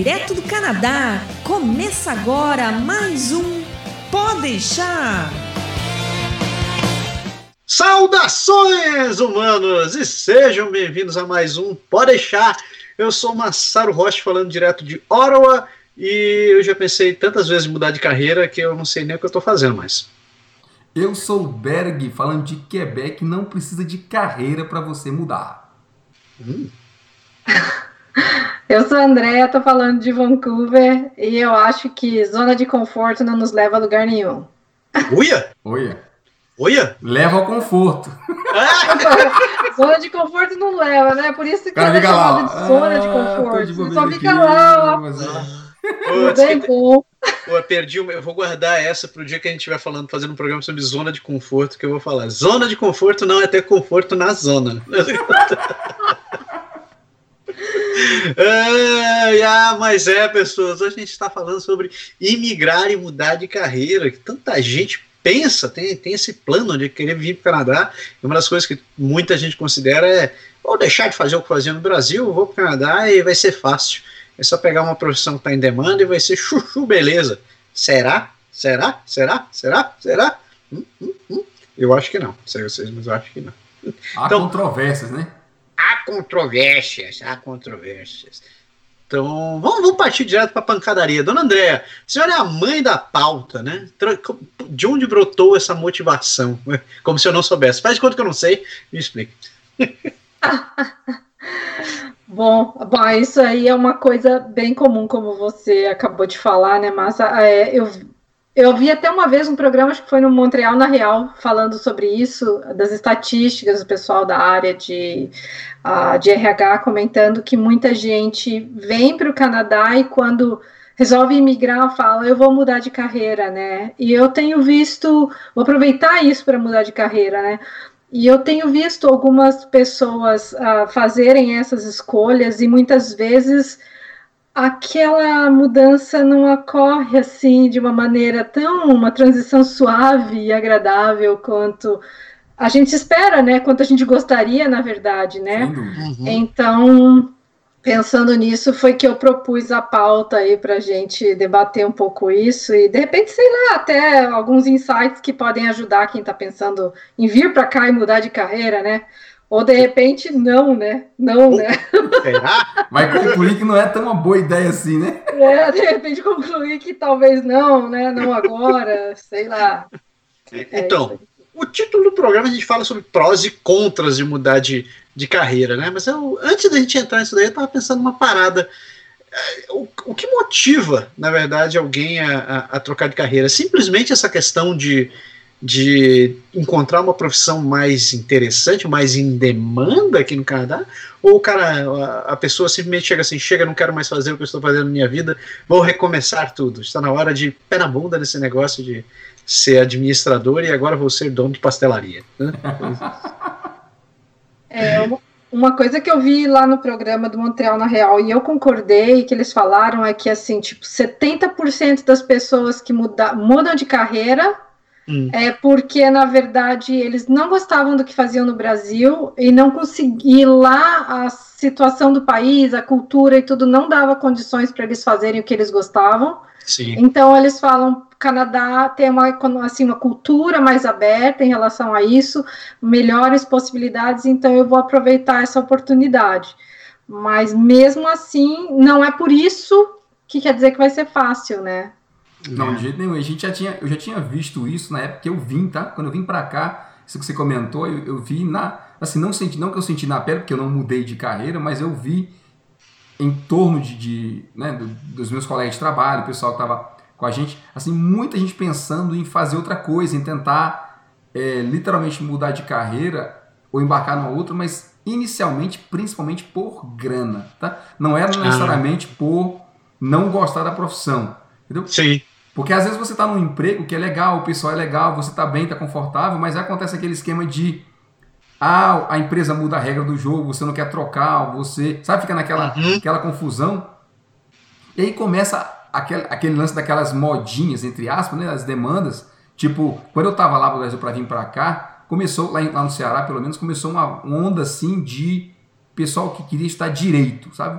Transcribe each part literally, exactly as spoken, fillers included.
direto do Canadá. Começa agora mais um Pode Deixar. Saudações, humanos, e sejam bem-vindos a mais um Pode Deixar. Eu sou Massaro Rocha, falando direto de Ottawa, e eu já pensei tantas vezes em mudar de carreira que eu não sei nem o que eu estou fazendo mais. Eu sou o Berg, falando de Quebec, não precisa de carreira para você mudar. Hum. Eu sou a Andrea, tô falando de Vancouver, e eu acho que zona de conforto não nos leva a lugar nenhum. Uia? Uia. Uia? Leva ao conforto. Zona de conforto não leva, né? Por isso que Cara, ela é chamada de zona ah, de conforto. Você só fica lá, ó. Mas... Pô, bem bom. Pô, eu perdi, eu vou guardar essa pro dia que a gente estiver falando, fazendo um programa sobre zona de conforto, que eu vou falar. Zona de conforto não é ter conforto na zona. Ah, mas é, pessoas, hoje a gente está falando sobre imigrar e mudar de carreira, que tanta gente pensa, tem, tem esse plano de querer vir para o Canadá, e uma das coisas que muita gente considera é, vou deixar de fazer o que fazia no Brasil, vou para o Canadá e vai ser fácil, é só pegar uma profissão que está em demanda e vai ser chuchu, beleza. Será? Será? Será? Será? Será? Hum, hum, hum. Eu acho que não, não sei vocês, mas eu acho que não. Há então, controvérsias, né? Há controvérsias, há controvérsias. Então, vamos, vamos partir direto para a pancadaria. Dona Andrea, a senhora é a mãe da pauta, né? De onde brotou essa motivação? Como se eu não soubesse. Faz de conta que eu não sei, me explique. Bom, bom, isso aí é uma coisa bem comum, como você acabou de falar, né, Massa? É, eu... Eu vi até uma vez um programa, acho que foi no Montreal na Real, falando sobre isso, das estatísticas do pessoal da área de, uh, de R H, comentando que muita gente vem para o Canadá e quando resolve imigrar, fala, eu vou mudar de carreira, né? E eu tenho visto, vou aproveitar isso para mudar de carreira, né? E eu tenho visto algumas pessoas uh, fazerem essas escolhas e muitas vezes aquela mudança não ocorre assim de uma maneira tão, uma transição suave e agradável quanto a gente espera, né? Quanto a gente gostaria, na verdade, né? Uhum. Então, pensando nisso, foi que eu propus a pauta aí para a gente debater um pouco isso e, de repente, sei lá, até alguns insights que podem ajudar quem está pensando em vir para cá e mudar de carreira, né? Ou, de repente, não, né? Não, né? Será? Vai concluir que não é tão uma boa ideia assim, né? É, de repente concluir que talvez não, né? Não agora, sei lá. Então, é o título do programa a gente fala sobre prós e contras de mudar de, de carreira, né? Mas eu, antes da gente entrar nisso daí, eu estava pensando numa parada. O, o que motiva, na verdade, alguém a, a, a trocar de carreira? Simplesmente essa questão de... de encontrar uma profissão mais interessante, mais em demanda aqui no Canadá, ou o cara, a, a pessoa simplesmente chega assim, chega, não quero mais fazer o que eu estou fazendo na minha vida, vou recomeçar tudo, está na hora de pé na bunda nesse negócio de ser administrador e agora vou ser dono de pastelaria. É, uma, uma coisa que eu vi lá no programa do Montreal na Real, e eu concordei, que eles falaram, é que assim, tipo, setenta por cento das pessoas que muda, mudam de carreira Hum. é porque, na verdade, eles não gostavam do que faziam no Brasil e não conseguiam lá, a situação do país, a cultura e tudo, não dava condições para eles fazerem o que eles gostavam. Sim. Então, eles falam, o Canadá tem uma, assim, uma cultura mais aberta em relação a isso, melhores possibilidades, então eu vou aproveitar essa oportunidade. Mas, mesmo assim, não é por isso que quer dizer que vai ser fácil, né? Não, de jeito nenhum. A gente já tinha, eu já tinha visto isso na época que eu vim, tá? Quando eu vim pra cá, isso que você comentou, eu, eu vi na... Assim, não, senti, não que eu senti na pele, porque eu não mudei de carreira, mas eu vi em torno de, de, né, do, dos meus colegas de trabalho, o pessoal que tava com a gente, assim, muita gente pensando em fazer outra coisa, em tentar é, literalmente mudar de carreira ou embarcar numa outra, mas inicialmente, principalmente por grana, tá? Não era necessariamente por não gostar da profissão, entendeu? Sim. Porque às vezes você está num emprego que é legal, o pessoal é legal, você está bem, está confortável, mas acontece aquele esquema de ah, a empresa muda a regra do jogo, você não quer trocar, você... Sabe, fica naquela uhum. aquela confusão. E aí começa aquele, aquele lance daquelas modinhas, entre aspas, né, as demandas. Tipo, quando eu estava lá no Brasil para vir para cá, começou, lá, em, lá no Ceará pelo menos, começou uma onda assim de pessoal que queria estudar direito, sabe?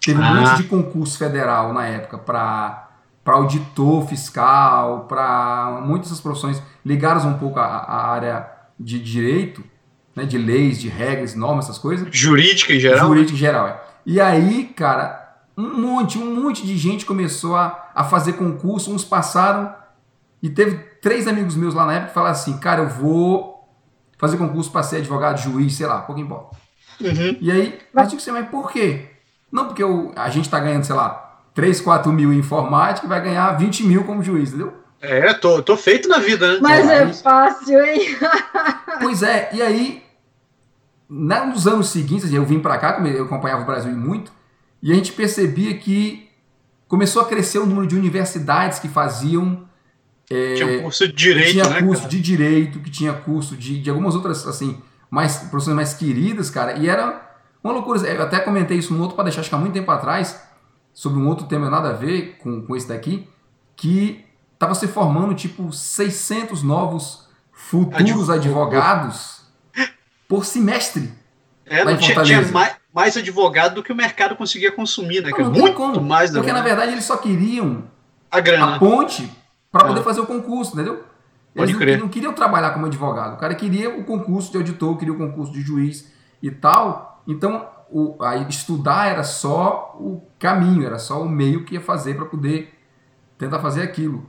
Teve um Ah. monte de concurso federal na época para para auditor fiscal, para muitas dessas profissões ligadas um pouco à, à área de direito, né, de leis, de regras, normas, essas coisas. Jurídica em geral? Jurídica em geral, é. E aí, cara, um monte, um monte de gente começou a, a fazer concurso, uns passaram, e teve três amigos meus lá na época que falaram assim, cara, eu vou fazer concurso para ser advogado, juiz, sei lá, pouco importa. Uhum. E aí, eu digo assim, mas por quê? Não, porque eu, a gente tá ganhando, sei lá, três, quatro mil em informática e vai ganhar vinte mil como juiz, entendeu? É, tô, tô feito na vida, né? Mas É, é aí- fácil, hein? Pois é, e aí, na- nos anos seguintes, eu vim pra cá, como eu acompanhava o Brasil muito, e a gente percebia que começou a crescer o número de universidades que faziam, Tinha um curso de que direito, tinha né? curso cara? de direito, que tinha curso de, de algumas outras, assim, mais, profissões mais queridas, cara, e era uma loucura. Eu até comentei isso num outro para deixar, acho que há muito tempo atrás, sobre um outro tema nada a ver com, com esse daqui, que estava se formando, tipo, seiscentos novos futuros Advogado. advogados por semestre. É, lá não, em tinha, Fortaleza. tinha mais, mais advogado do que o mercado conseguia consumir, né? Não, cara? não tem Muito como, mais do porque, que na verdade, eles só queriam a a grana. ponte para poder É. fazer o concurso, entendeu? Pode Eles não, crer. não queriam trabalhar como advogado. O cara queria o concurso de auditor, queria o concurso de juiz e tal. Então, o, a estudar era só o caminho, era só o meio que ia fazer para poder tentar fazer aquilo.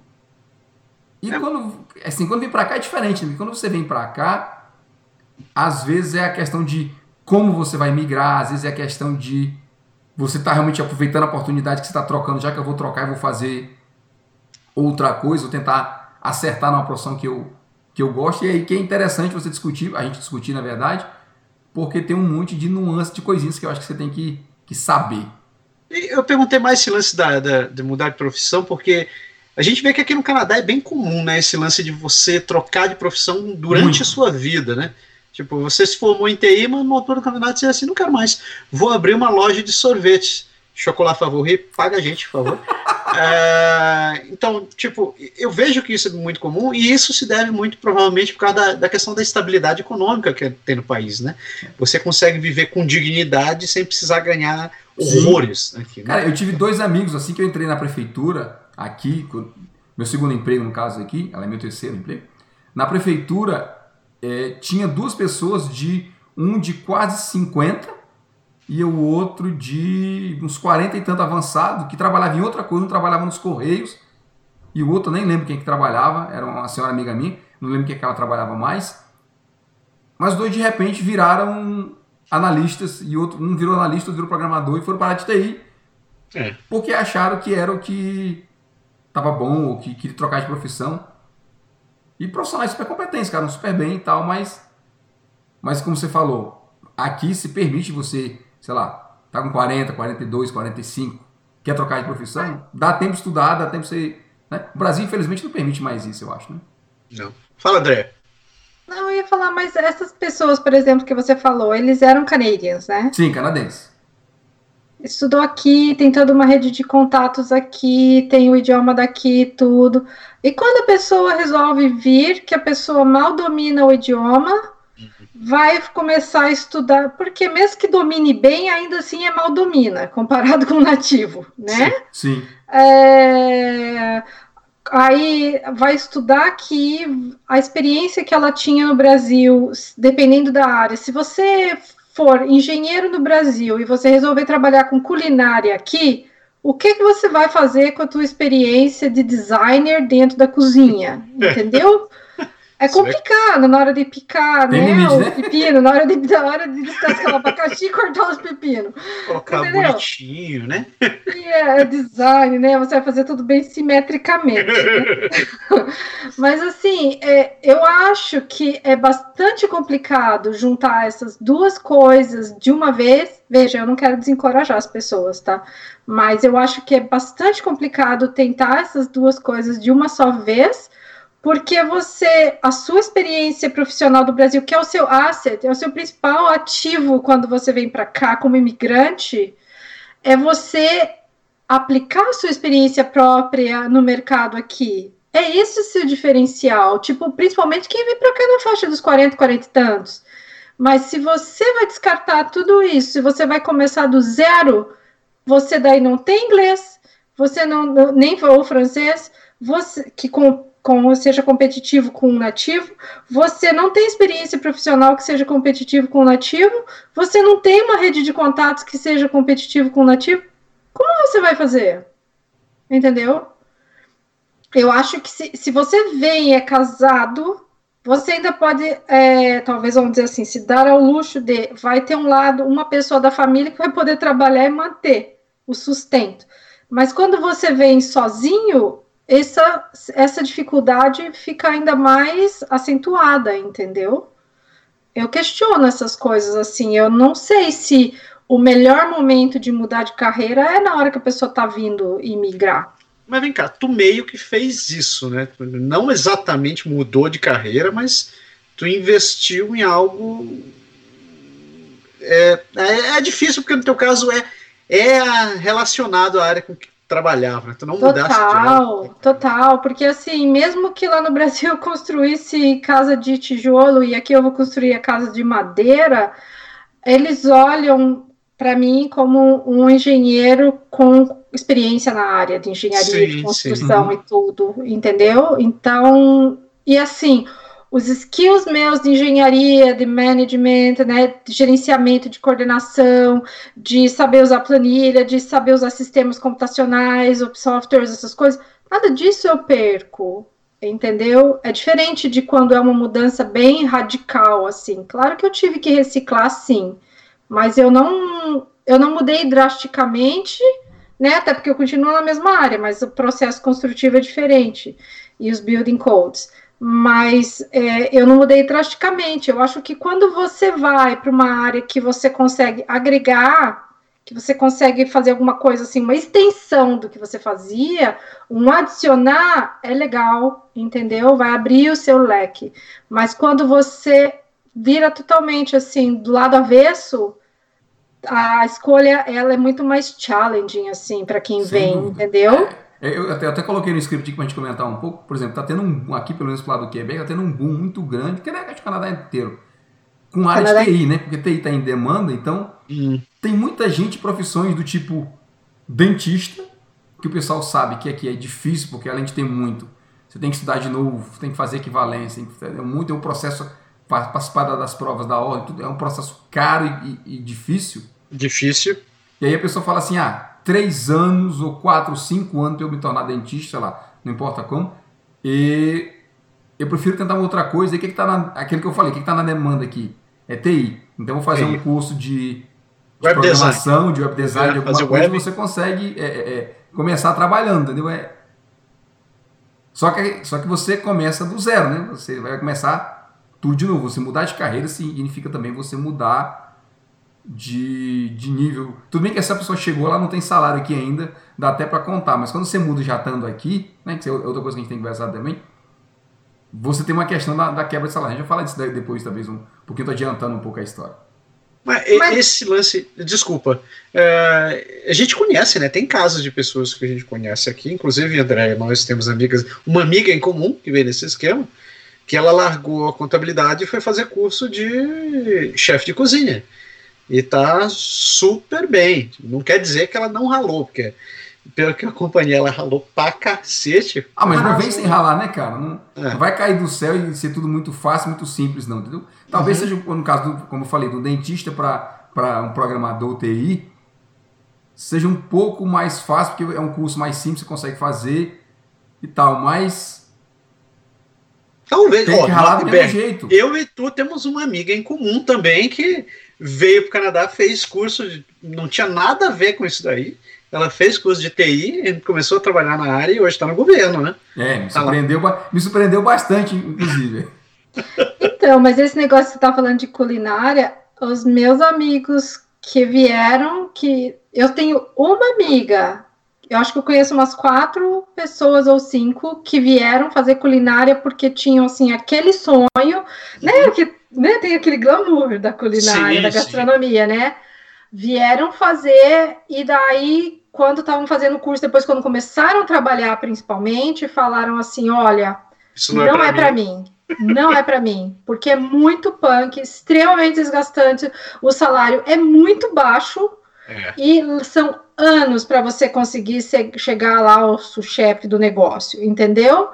E É. quando, assim, quando vem para cá é diferente, né? Quando você vem para cá, às vezes é a questão de como você vai migrar, às vezes é a questão de você estar realmente aproveitando a oportunidade que você está trocando, já que eu vou trocar e vou fazer outra coisa, vou tentar acertar numa profissão que eu, que eu gosto. E aí que é interessante você discutir, a gente discutir, na verdade, porque tem um monte de nuances, de coisinhas que eu acho que você tem que, que saber. E eu perguntei mais esse lance da, da, de mudar de profissão, porque a gente vê que aqui no Canadá é bem comum, né? Esse lance de você trocar de profissão durante Muito. a sua vida, né? Tipo, você se formou em T I, mas no altura do campeonato você assim, não quero mais. Vou abrir uma loja de sorvetes. Chocolate Favori, paga a gente, por favor. É, então, tipo, eu vejo que isso é muito comum e isso se deve muito provavelmente por causa da, da questão da estabilidade econômica que tem no país, né? Você consegue viver com dignidade sem precisar ganhar horrores aqui, né? Cara, eu tive dois amigos assim que eu entrei na prefeitura aqui, meu segundo emprego no caso aqui, ela é meu terceiro emprego. Na prefeitura é, tinha duas pessoas de um de quase cinquenta e o outro de uns quarenta e tanto avançado, que trabalhava em outra coisa, um trabalhava nos Correios, e o outro eu nem lembro quem que trabalhava, era uma senhora amiga minha, não lembro quem que ela trabalhava mais, mas dois de repente viraram analistas, e outro, um virou analista, outro virou programador, e foram parar de T I, É. porque acharam que era o que estava bom, ou que queria trocar de profissão, e profissionais super competentes, cara, super bem e tal, mas, mas como você falou, aqui se permite você, sei lá, tá com quarenta, quarenta e dois, quarenta e cinco, quer trocar de profissão, dá tempo de estudar, dá tempo de você... Né? O Brasil, infelizmente, não permite mais isso, eu acho, né? Não. Fala, André. Não, eu ia falar, mas essas pessoas, por exemplo, que você falou, eles eram canadians, né? Sim, canadense. Estudou aqui, tem toda uma rede de contatos aqui, tem o idioma daqui, tudo. E quando a pessoa resolve vir, que a pessoa mal domina o idioma, vai começar a estudar, porque mesmo que domine bem, ainda assim é mal domina, comparado com o nativo, né? Sim. É... Aí vai estudar aqui a experiência que ela tinha no Brasil, dependendo da área. Se você for engenheiro no Brasil e você resolver trabalhar com culinária aqui, o que, que você vai fazer com a tua experiência de designer dentro da cozinha? Entendeu? É complicado na hora de picar, Tem né, limite, o né? pepino, na hora de, na hora de descascar o abacaxi e cortar os pepinos. Colocar Entendeu? bonitinho, né? E é design, né? Você vai fazer tudo bem simetricamente. Né? Mas assim, é, eu acho que é bastante complicado juntar essas duas coisas de uma vez. Veja, eu não quero desencorajar as pessoas, tá? Mas eu acho que é bastante complicado tentar essas duas coisas de uma só vez, porque você, a sua experiência profissional do Brasil, que é o seu asset, é o seu principal ativo quando você vem para cá como imigrante, é você aplicar a sua experiência própria no mercado aqui. É esse o seu diferencial, tipo, principalmente quem vem para cá na faixa dos quarenta, quarenta e tantos. Mas se você vai descartar tudo isso, se você vai começar do zero, você daí não tem inglês, você não nem falou francês, você que com, com seja competitivo com um nativo, você não tem experiência profissional que seja competitivo com um nativo, você não tem uma rede de contatos que seja competitivo com um nativo, como você vai fazer? Entendeu? Eu acho que se, se você vem e é casado, você ainda pode, é, talvez vamos dizer assim, se dar ao luxo de, vai ter um lado, uma pessoa da família que vai poder trabalhar e manter o sustento. Mas quando você vem sozinho, essa, essa dificuldade fica ainda mais acentuada, entendeu? Eu questiono essas coisas, assim, eu não sei se o melhor momento de mudar de carreira é na hora que a pessoa está vindo imigrar. Mas vem cá, tu meio que fez isso, né? Tu não exatamente mudou de carreira, mas tu investiu em algo... É, é, é difícil, porque no teu caso é, é relacionado à área com que tu trabalhava, né? Tu não mudaste de área. Total, total, porque assim, mesmo que lá no Brasil eu construísse casa de tijolo e aqui eu vou construir a casa de madeira, eles olham para mim como um engenheiro com experiência na área de engenharia, sim, de construção, sim, e tudo, entendeu? Então, e assim, os skills meus de engenharia, de management, né, de gerenciamento, de coordenação, de saber usar planilha, de saber usar sistemas computacionais, softwares, essas coisas, nada disso eu perco, entendeu? É diferente de quando é uma mudança bem radical, assim. Claro que eu tive que reciclar, sim, mas eu não, eu não mudei drasticamente, né, até porque eu continuo na mesma área, mas o processo construtivo é diferente, e os building codes. Mas é, eu não mudei drasticamente. Eu acho que quando você vai para uma área que você consegue agregar, que você consegue fazer alguma coisa assim, uma extensão do que você fazia, um adicionar, é legal, entendeu? Vai abrir o seu leque. Mas quando você vira totalmente assim, do lado avesso, a escolha ela é muito mais challenging, assim, para quem Sem vem, dúvida. Entendeu? É, eu até, até coloquei no script aqui pra gente comentar um pouco, por exemplo, tá tendo um, aqui pelo menos pro lado do Quebec, tá tendo um boom muito grande, que é o Canadá inteiro, com a área Canadá... de T I, né? Porque T I tá em demanda, então hum. tem muita gente, profissões do tipo dentista, que o pessoal sabe que aqui é difícil, porque além de ter muito, você tem que estudar de novo, tem que fazer equivalência, tem que, é muito, é um processo, participar das provas da ordem, tudo, é um processo caro e, e, e difícil. Difícil. E aí a pessoa fala assim, ah, três anos ou quatro, cinco anos para eu me tornar dentista, sei lá, não importa como, e eu prefiro tentar uma outra coisa, e que que tá na, aquele que eu falei, o que está na demanda aqui? É T I. Então eu vou fazer T I. um curso de, de web programação, design. de web design, é, de alguma coisa, web. Você consegue é, é, começar trabalhando, entendeu? É... Só, que, só que você começa do zero, né? Você vai começar tudo de novo. Você mudar de carreira significa também você mudar De, de nível. Tudo bem que essa pessoa chegou, ela não tem salário aqui ainda, dá até para contar, mas quando você muda já estando aqui, né, que é outra coisa que a gente tem que conversar também, você tem uma questão da, da quebra de salário. A gente vai falar disso daí depois, talvez, um pouquinho, tô adiantando um pouco a história. Mas, mas... esse lance, desculpa, é, a gente conhece, né? Tem casos de pessoas que a gente conhece aqui, inclusive, André, nós temos amigas, uma amiga em comum que veio nesse esquema, que ela largou a contabilidade e foi fazer curso de chefe de cozinha. E tá super bem. Não quer dizer que ela não ralou, porque pelo que eu acompanhei, ela ralou pra cacete. Ah, mas não vem sem ralar, né, cara? Não, é. não vai cair do céu e ser tudo muito fácil, muito simples, não, entendeu? Talvez uhum. seja, no caso, do, como eu falei, do dentista para um programador T I, seja um pouco mais fácil, porque é um curso mais simples, você consegue fazer e tal, mas... Talvez, tem ó, que ralar do mesmo jeito. Eu e tu temos uma amiga em comum também que veio para o Canadá, fez curso, de, não tinha nada a ver com isso daí. Ela fez curso de T I, começou a trabalhar na área e hoje está no governo, né? É, me surpreendeu, me surpreendeu bastante, inclusive. Então, mas esse negócio que você está falando de culinária, os meus amigos que vieram, que eu tenho uma amiga, eu acho que eu conheço umas quatro pessoas ou cinco que vieram fazer culinária porque tinham, assim, aquele sonho, né, que né, tem aquele glamour da culinária, sim, da gastronomia, sim. né? Vieram fazer e daí, quando estavam fazendo o curso, depois quando começaram a trabalhar principalmente, falaram assim, olha, Isso não, não é para mim. mim, não é para mim, porque é muito punk, extremamente desgastante, o salário é muito baixo, É. E são anos para você conseguir ser, chegar lá ao chefe do negócio, entendeu?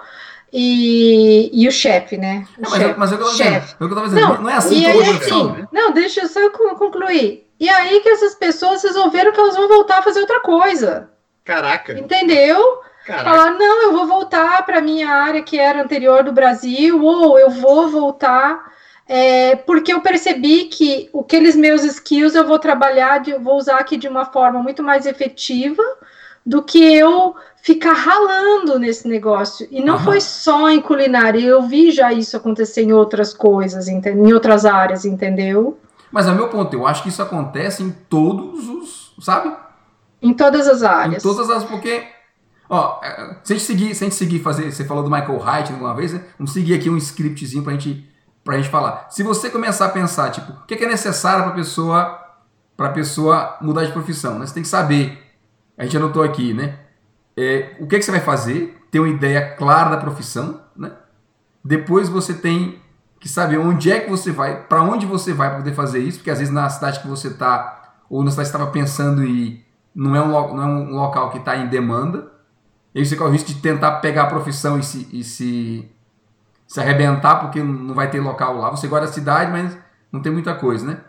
E, e o chefe, né? O é, mas, chefe, eu, mas eu tô dizendo, eu tô dizendo, não, não é assim. E aí, assim, né? Não, deixa eu só concluir. E aí que essas pessoas resolveram que elas vão voltar a fazer outra coisa. Caraca. Entendeu? Caraca. Falar, não, eu vou voltar para minha área que era anterior do Brasil, ou eu vou voltar, é, porque eu percebi que aqueles meus skills eu vou trabalhar, de, vou usar aqui de uma forma muito mais efetiva do que eu ficar ralando nesse negócio. E não uhum. foi só em culinária, eu vi já isso acontecer em outras coisas, em outras áreas, entendeu? Mas é o meu ponto, eu acho que isso acontece em todos os, sabe? Em todas as áreas. Em todas as, porque, ó, se a gente seguir, se a gente seguir fazer, você falou do Michael Hyatt alguma vez, né? Vamos seguir aqui um scriptzinho pra gente, pra gente falar. Se você começar a pensar, tipo, o que é necessário pra pessoa, pra pessoa mudar de profissão, né? Você tem que saber, a gente anotou aqui, né? É, o que, é que você vai fazer, ter uma ideia clara da profissão, né? Depois você tem que saber onde é que você vai, para onde você vai para poder fazer isso, porque às vezes na cidade que você está, ou na cidade que você estava pensando em ir, não é um, não é um local que está em demanda, e aí você corre o risco de tentar pegar a profissão e se, e se, se arrebentar, porque não vai ter local lá. Você gosta da cidade, mas não tem muita coisa, né?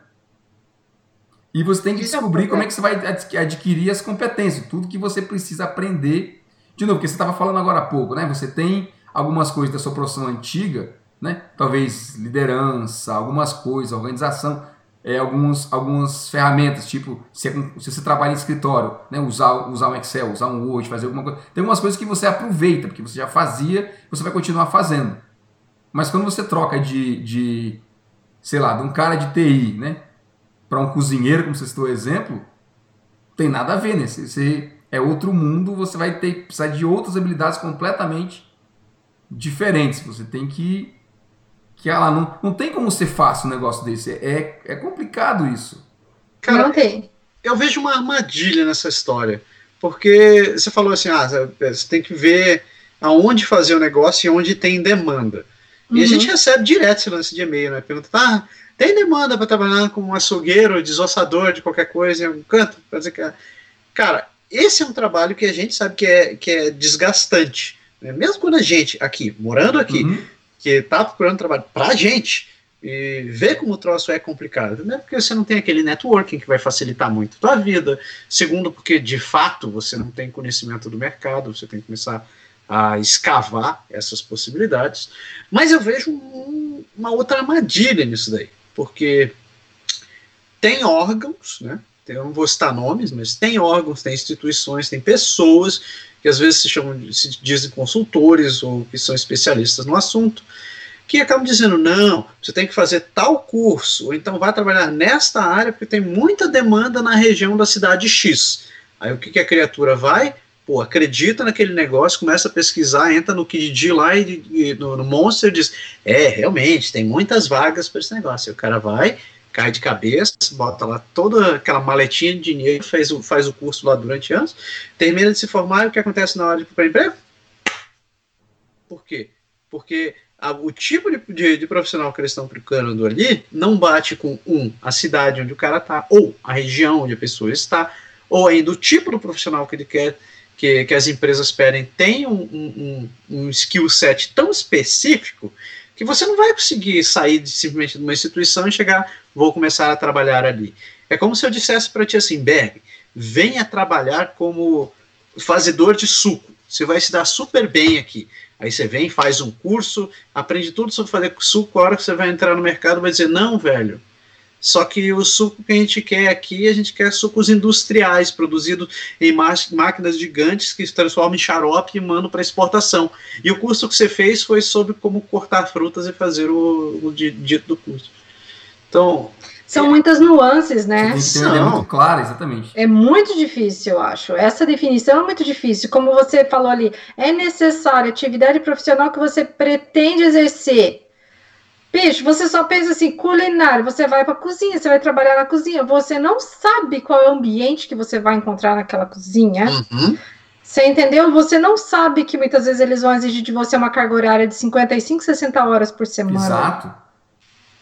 E você tem que descobrir como é que você vai adquirir as competências, tudo que você precisa aprender. De novo, porque você estava falando agora há pouco, né? Você tem algumas coisas da sua profissão antiga, né? Talvez liderança, algumas coisas, organização, é, alguns, algumas ferramentas, tipo, se, se você trabalha em escritório, né? usar, usar um Excel, usar um Word, fazer alguma coisa. Tem algumas coisas que você aproveita, porque você já fazia, você vai continuar fazendo. Mas quando você troca de, de sei lá, de um cara de T I, né? Para um cozinheiro, como você citou o exemplo, tem nada a ver, né? Você, você, é outro mundo, você vai ter precisar de outras habilidades completamente diferentes. Você tem que... que ela não, não tem como ser fácil um negócio desse. É, é complicado isso. Cara, não tem. Eu vejo uma armadilha nessa história. Porque você falou assim, ah, você tem que ver aonde fazer o negócio e onde tem demanda. Uhum. E a gente recebe direto esse lance de e-mail, né? Pergunta, ah, tem demanda para trabalhar como um açougueiro, desossador de qualquer coisa em algum canto? Pra dizer que é... Cara, esse é um trabalho que a gente sabe que é, que é desgastante. Né? Mesmo quando a gente, aqui, morando aqui, uhum. que tá procurando trabalho pra gente, e ver como o troço é complicado. Primeiro, porque você não tem aquele networking que vai facilitar muito a tua vida. Segundo, porque de fato você não tem conhecimento do mercado, você tem que começar a escavar essas possibilidades. Mas eu vejo um, uma outra armadilha nisso daí, porque tem órgãos, né? Eu não vou citar nomes, mas tem órgãos, tem instituições, tem pessoas que às vezes se chamam, se dizem consultores ou que são especialistas no assunto, que acabam dizendo, não, você tem que fazer tal curso, ou então vai trabalhar nesta área, porque tem muita demanda na região da cidade X. Aí o que, que a criatura vai? Pô, acredita naquele negócio, começa a pesquisar, entra no Kijiji lá e, e no, no Monster e diz, é, realmente, tem muitas vagas para esse negócio. Aí o cara vai, cai de cabeça, bota lá toda aquela maletinha de dinheiro, faz o, faz o curso lá durante anos, termina de se formar, e o que acontece na hora de ir para o emprego? Por quê? Porque a, o tipo de, de, de profissional que eles estão procurando ali não bate com, um, a cidade onde o cara está, ou a região onde a pessoa está, ou ainda o tipo do profissional que ele quer, que, que as empresas pedem, tem um, um, um skill set tão específico que você não vai conseguir sair de, simplesmente de uma instituição e chegar, vou começar a trabalhar ali. É como se eu dissesse para ti assim, Berg, venha trabalhar como fazedor de suco, você vai se dar super bem aqui. Aí você vem, faz um curso, aprende tudo sobre fazer suco, a hora que você vai entrar no mercado vai dizer, não, velho, só que o suco que a gente quer aqui, a gente quer sucos industriais, produzidos em máquinas gigantes que se transformam em xarope e mandam para exportação. E o curso que você fez foi sobre como cortar frutas e fazer o, o dito do curso. Então... São é, muitas nuances, né? Tem que ter uma ideia muito clara, exatamente. É muito difícil, eu acho. Essa definição é muito difícil. Como você falou ali, é necessário atividade profissional que você pretende exercer. Bicho, você só pensa assim, culinária, você vai para a cozinha, você vai trabalhar na cozinha, você não sabe qual é o ambiente que você vai encontrar naquela cozinha. Uhum. Você entendeu? Você não sabe que muitas vezes eles vão exigir de você uma carga horária de cinquenta e cinco, sessenta horas por semana. Exato.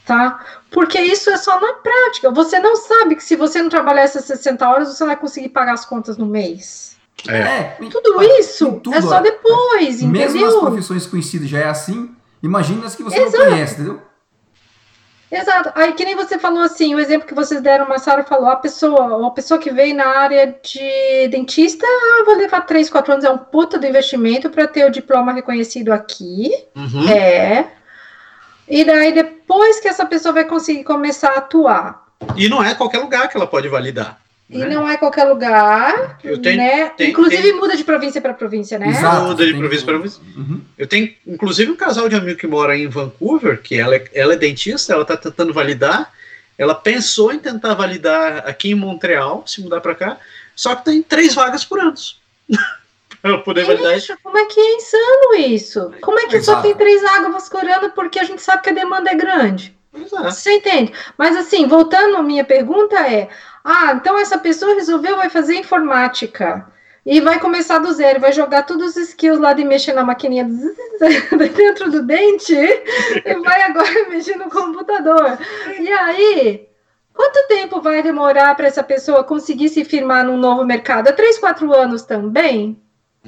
tá? Porque isso é só na prática. Você não sabe que se você não trabalhar essas sessenta horas, você vai conseguir pagar as contas no mês. É. é tudo isso tudo, é só depois, mesmo entendeu? Mesmo nas profissões conhecidas já é assim, imagina as que você Exato. não conhece, entendeu? Exato. Aí que nem você falou assim, o exemplo que vocês deram, a Sara falou, a pessoa, a pessoa que veio na área de dentista, ah, vou levar três, quatro anos, é um puta do investimento para ter o diploma reconhecido aqui. Uhum. É. E daí, depois que essa pessoa vai conseguir começar a atuar. E não é qualquer lugar que ela pode validar. E né? não é qualquer lugar, eu tenho, né? Tem, inclusive tem... muda de província para província, né? Exato, muda de província para província. Uhum. Eu tenho, inclusive, um casal de amigo que mora em Vancouver, que ela é, ela é dentista, ela está tentando validar, ela pensou em tentar validar aqui em Montreal, se mudar para cá, só que tem três vagas por ano. para poder Ixi, validar. Como é que é insano isso? Como é que Exato. só tem três vagas por ano porque a gente sabe que a demanda é grande? Exato. Você entende? Mas assim, voltando, a minha pergunta é, ah, então essa pessoa resolveu, vai fazer informática e vai começar do zero, vai jogar todos os skills lá de mexer na maquininha dentro do dente e vai agora mexer no computador. E aí, quanto tempo vai demorar para essa pessoa conseguir se firmar num novo mercado? É três, quatro anos também?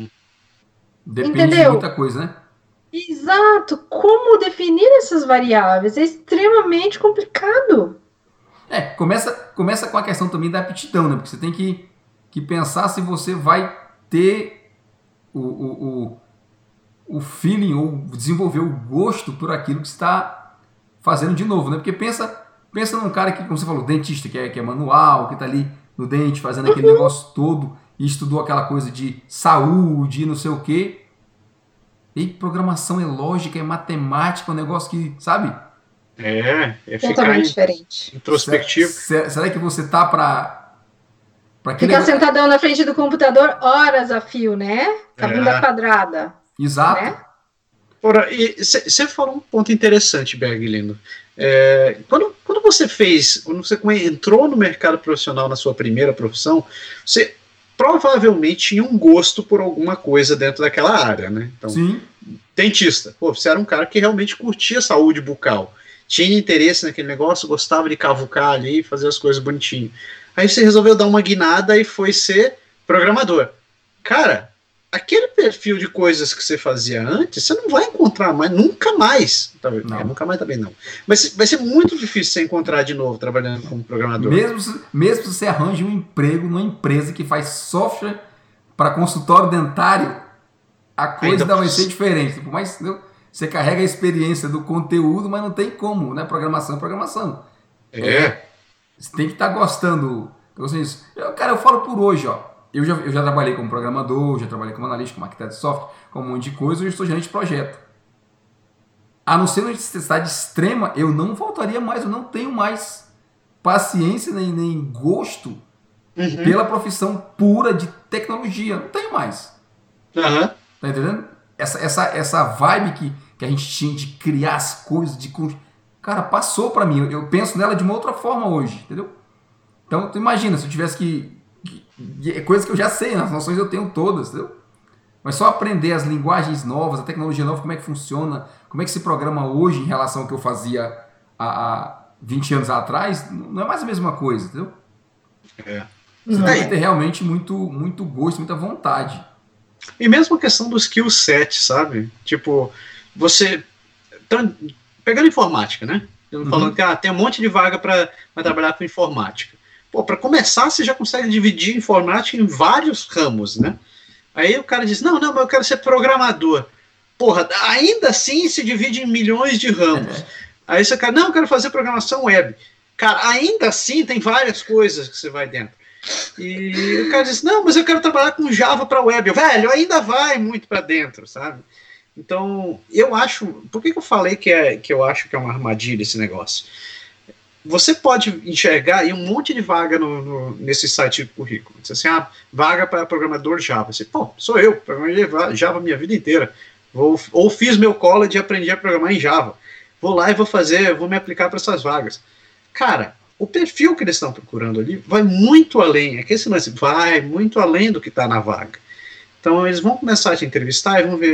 Depende Entendeu? de muita coisa, né? Exato. Como definir essas variáveis? É extremamente complicado. É, começa, começa com a questão também da aptidão, né? Porque você tem que, que pensar se você vai ter o, o, o, o feeling ou desenvolver o gosto por aquilo que você está fazendo de novo, né? Porque pensa, pensa num cara que, como você falou, dentista, que é, que é manual, que está ali no dente fazendo aquele uhum. negócio todo e estudou aquela coisa de saúde e não sei o quê. E programação é lógica, é matemática, é um negócio que, sabe? É, é totalmente diferente. Introspectivo. Será, será que você tá para para ficar negócio... sentadão na frente do computador horas a fio, né? Com a bunda é. quadrada. Exato. Né? Ora, e você falou um ponto interessante, Berg, lindo. É, quando, quando você fez, quando você entrou no mercado profissional na sua primeira profissão, você provavelmente tinha um gosto por alguma coisa dentro daquela área, né? Então, Sim. Dentista. Pô, você era um cara que realmente curtia saúde bucal. Tinha interesse naquele negócio, gostava de cavucar ali e fazer as coisas bonitinho. Aí você resolveu dar uma guinada e foi ser programador. Cara, aquele perfil de coisas que você fazia antes, você não vai encontrar mais, nunca mais. Talvez, é, nunca mais também não. Mas vai ser muito difícil você encontrar de novo trabalhando como programador. Mesmo, mesmo se você arranja um emprego numa empresa que faz software para consultório dentário, a coisa ainda vai ser diferente. Por mais que você carrega a experiência do conteúdo, mas não tem como, né? Programação é programação. É. é você tem que estar tá gostando. Disso. Eu, cara, eu falo por hoje, ó. Eu já, eu já trabalhei como programador, já trabalhei como analista, como arquiteto de software, com um monte de coisa, hoje eu estou gerente de projeto. A não ser uma necessidade extrema, eu não voltaria mais, eu não tenho mais paciência nem, nem gosto uhum. pela profissão pura de tecnologia. Não tenho mais. Uhum. Tá entendendo? Essa, essa, essa vibe que, que a gente tinha de criar as coisas, de... Cara, passou para mim. Eu, eu penso nela de uma outra forma hoje, entendeu? Então, tu imagina, se eu tivesse que... que é coisa que eu já sei, as noções eu tenho todas, entendeu? Mas só aprender as linguagens novas, a tecnologia nova, como é que funciona, como é que se programa hoje em relação ao que eu fazia há, há vinte anos atrás, não é mais a mesma coisa, entendeu? É. Você tem que ter realmente muito, muito gosto, muita vontade. E mesmo a questão do skill set, sabe? Tipo, você... Então, pegando informática, né? Eu uhum. falando que ah, tem um monte de vaga para trabalhar com informática. Pô, para começar, você já consegue dividir informática em vários ramos, né? Aí o cara diz, não, não, mas eu quero ser programador. Porra, ainda assim se divide em milhões de ramos. Aí você quer, não, eu quero fazer programação web. Cara, ainda assim tem várias coisas que você vai dentro. E o cara diz, não, mas eu quero trabalhar com Java para web. Velho, ainda vai muito para dentro, sabe? Então, eu acho... Por que, que eu falei que, é, que eu acho que é uma armadilha esse negócio? Você pode enxergar aí um monte de vaga no, no, nesse site de currículo. Diz assim, ah, vaga para programador Java. Você, pô, sou eu, programei Java a minha vida inteira. Vou, ou fiz meu college e aprendi a programar em Java. Vou lá e vou fazer, vou me aplicar para essas vagas. Cara, o perfil que eles estão procurando ali vai muito além. É que esse lance vai muito além do que está na vaga. Então, eles vão começar a te entrevistar e vão ver,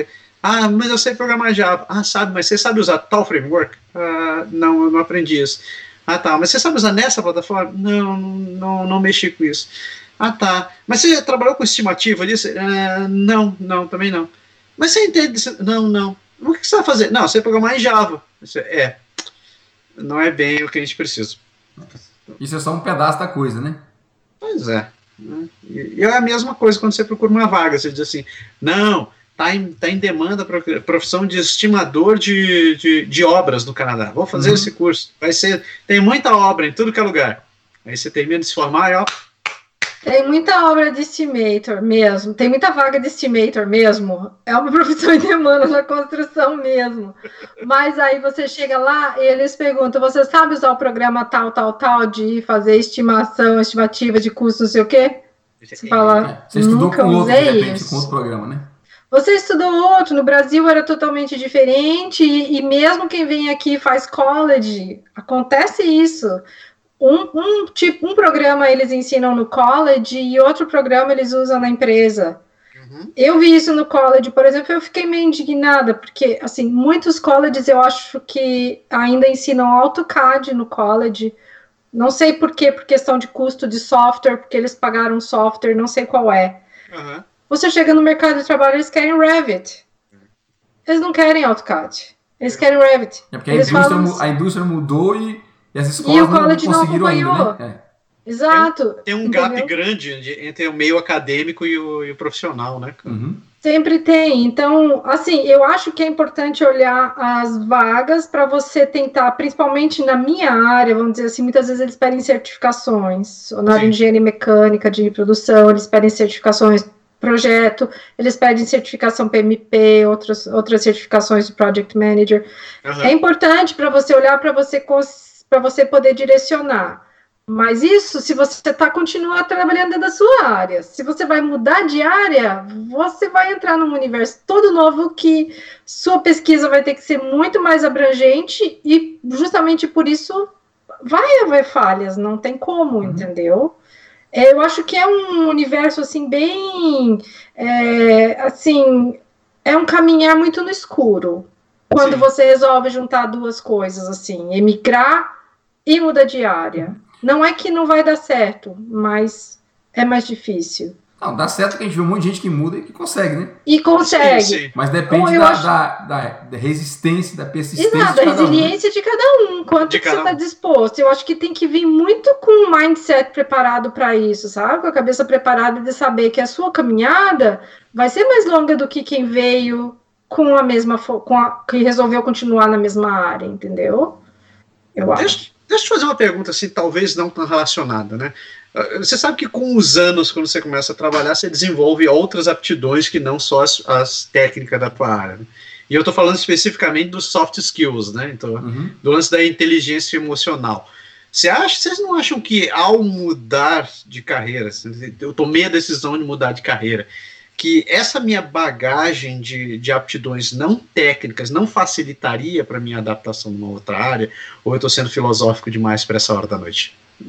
Ah, mas eu sei programar Java. Ah, sabe, mas você sabe usar tal framework? Ah, não, eu não aprendi isso. Ah, tá, mas você sabe usar nessa plataforma? Não, não, não mexi com isso. Ah, tá, mas você trabalhou com estimativa disso? Ah, não, não, também não. Mas você entende disso? Não, não. O que você vai fazer? Não, você vai programar em Java. Você, é, não é bem o que a gente precisa. Isso é só um pedaço da coisa, né? Pois é. E é a mesma coisa quando você procura uma vaga. Você diz assim, não, tá em, tá em demanda a profissão de estimador de, de, de obras no Canadá. Vou fazer uhum. esse curso. Vai ser, tem muita obra em tudo que é lugar. Aí você termina de se formar e ó... Tem muita obra de estimator mesmo, tem muita vaga de estimator mesmo, é uma profissão em demanda na construção mesmo, mas aí você chega lá e eles perguntam, você sabe usar o programa tal, tal, tal, de fazer estimação, estimativa de custo, não sei o quê? Você fala, você estudou nunca com outro, usei de repente, isso. com outro programa, né? Você estudou outro, no Brasil era totalmente diferente, e, e mesmo quem vem aqui faz college, acontece isso. Um, um, tipo, um programa eles ensinam no college e outro programa eles usam na empresa. Uhum. Eu vi isso no college, por exemplo, eu fiquei meio indignada, porque, assim, muitos colleges eu acho que ainda ensinam AutoCAD no college. Não sei por quê, por questão de custo de software, porque eles pagaram software, não sei qual é. Uhum. Você chega no mercado de trabalho, eles querem Revit. Eles não querem AutoCAD. Eles querem Revit. É porque a eles indústria, falam... a indústria mudou e... E as escolas e o college não conseguiram não acompanhou. Ainda, né? É. Exato. Tem, tem um entendeu? gap grande entre o meio acadêmico e o, e o profissional, né? Uhum. Sempre tem. Então, assim, eu acho que é importante olhar as vagas para você tentar, principalmente na minha área, vamos dizer assim, muitas vezes eles pedem certificações, na área de engenharia mecânica, de produção, eles pedem certificações projeto, eles pedem certificação P M P, outras, outras certificações de Project Manager. Uhum. É importante para você olhar, para você para você poder direcionar. Mas isso, se você está continuando trabalhando dentro da sua área, se você vai mudar de área, você vai entrar num universo todo novo que sua pesquisa vai ter que ser muito mais abrangente e justamente por isso vai haver falhas, não tem como, uhum. entendeu? Eu acho que é um universo, assim, bem, é, assim, é um caminhar muito no escuro, quando Sim. você resolve juntar duas coisas, assim, emigrar e mudar de área. Não é que não vai dar certo, mas é mais difícil. Não, dá certo que a gente vê um monte de gente que muda e que consegue, né? E consegue. Sim, sim. Mas depende da, acho... da, da, da resistência, da persistência Exato, de cada da resiliência um, né? de cada um. Quanto de que você está um. disposto? Eu acho que tem que vir muito com um mindset preparado para isso, sabe? Com a cabeça preparada de saber que a sua caminhada vai ser mais longa do que quem veio com a mesma... Com a, que resolveu continuar na mesma área, entendeu? Eu deixa, acho. Deixa eu te fazer uma pergunta, assim, talvez não tão relacionada, né? Você sabe que com os anos, quando você começa a trabalhar, você desenvolve outras aptidões que não só as, as técnicas da tua área, né? E eu estou falando especificamente dos soft skills, né? Então, uhum. do lance da inteligência emocional. Você acha, vocês não acham que ao mudar de carreira, eu tomei a decisão de mudar de carreira, que essa minha bagagem de, de aptidões não técnicas não facilitaria para minha adaptação numa outra área? Ou eu estou sendo filosófico demais para essa hora da noite?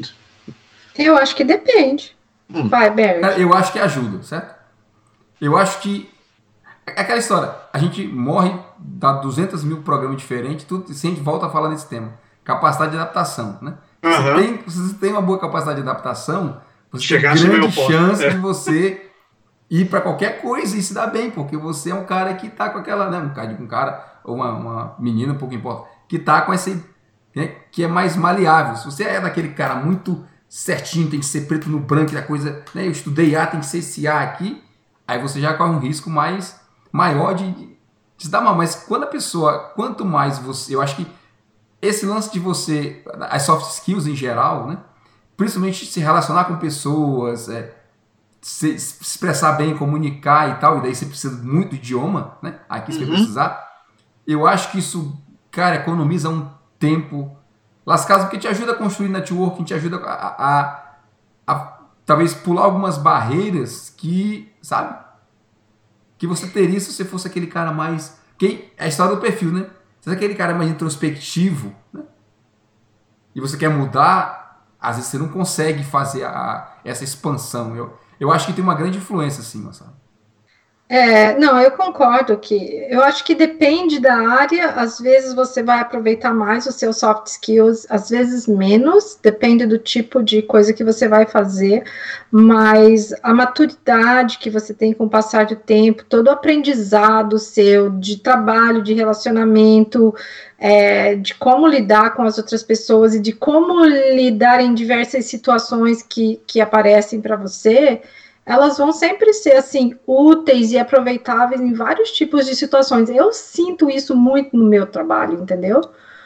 Eu acho que depende. Hum. Vai, Barry. Eu acho que ajuda, certo? Eu acho que é aquela história, a gente morre, dá duzentos mil programas diferentes, tudo, e sempre volta a falar nesse tema. Capacidade de adaptação, né? Uhum. Se, tem, se você tem uma boa capacidade de adaptação, você Chegar tem grande chance é. de você ir para qualquer coisa e se dar bem, porque você é um cara que tá com aquela, né? Um cara, um cara ou uma, uma menina, um pouco importa, que tá com esse, né, que é mais maleável. Se você é daquele cara muito certinho, tem que ser preto no branco, da coisa, né? Eu estudei A, tem que ser esse A aqui, aí você já corre um risco mais maior de, de se dar mal. Mas quando a pessoa, quanto mais você, eu acho que esse lance de você, as soft skills em geral, né? Principalmente se relacionar com pessoas, é, se, se expressar bem, comunicar e tal, e daí você precisa muito de idioma, né? Aqui você uhum. vai precisar. Eu acho que isso, cara, economiza um tempo lascado, porque te ajuda a construir networking, te ajuda a, a, a, a talvez pular algumas barreiras que, sabe, que você teria se você fosse aquele cara mais... Que é a história do perfil, né? Se você é aquele cara mais introspectivo, né? E você quer mudar, às vezes você não consegue fazer a, essa expansão. Eu, eu acho que tem uma grande influência, assim, Marcelo. É, não, eu concordo que eu acho que depende da área, às vezes você vai aproveitar mais os seus soft skills, às vezes menos, depende do tipo de coisa que você vai fazer, mas a maturidade que você tem com o passar do tempo, todo o aprendizado seu de trabalho, de relacionamento, é, de como lidar com as outras pessoas e de como lidar em diversas situações que, que aparecem para você, elas vão sempre ser, assim, úteis e aproveitáveis em vários tipos de situações. Eu sinto isso muito no meu trabalho, entendeu?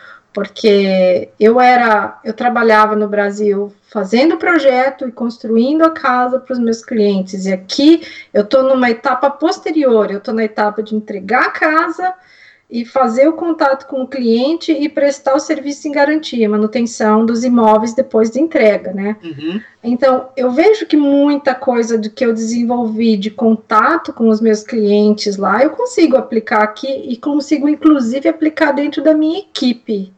Porque eu era, eu trabalhava no Brasil fazendo projeto e construindo a casa para os meus clientes. E aqui eu estou numa etapa posterior, eu estou na etapa de entregar a casa e fazer o contato com o cliente e prestar o serviço em garantia, manutenção dos imóveis depois de entrega, né? Uhum. Então, eu vejo que muita coisa do que eu desenvolvi de contato com os meus clientes lá, eu consigo aplicar aqui e consigo, inclusive, aplicar dentro da minha equipe,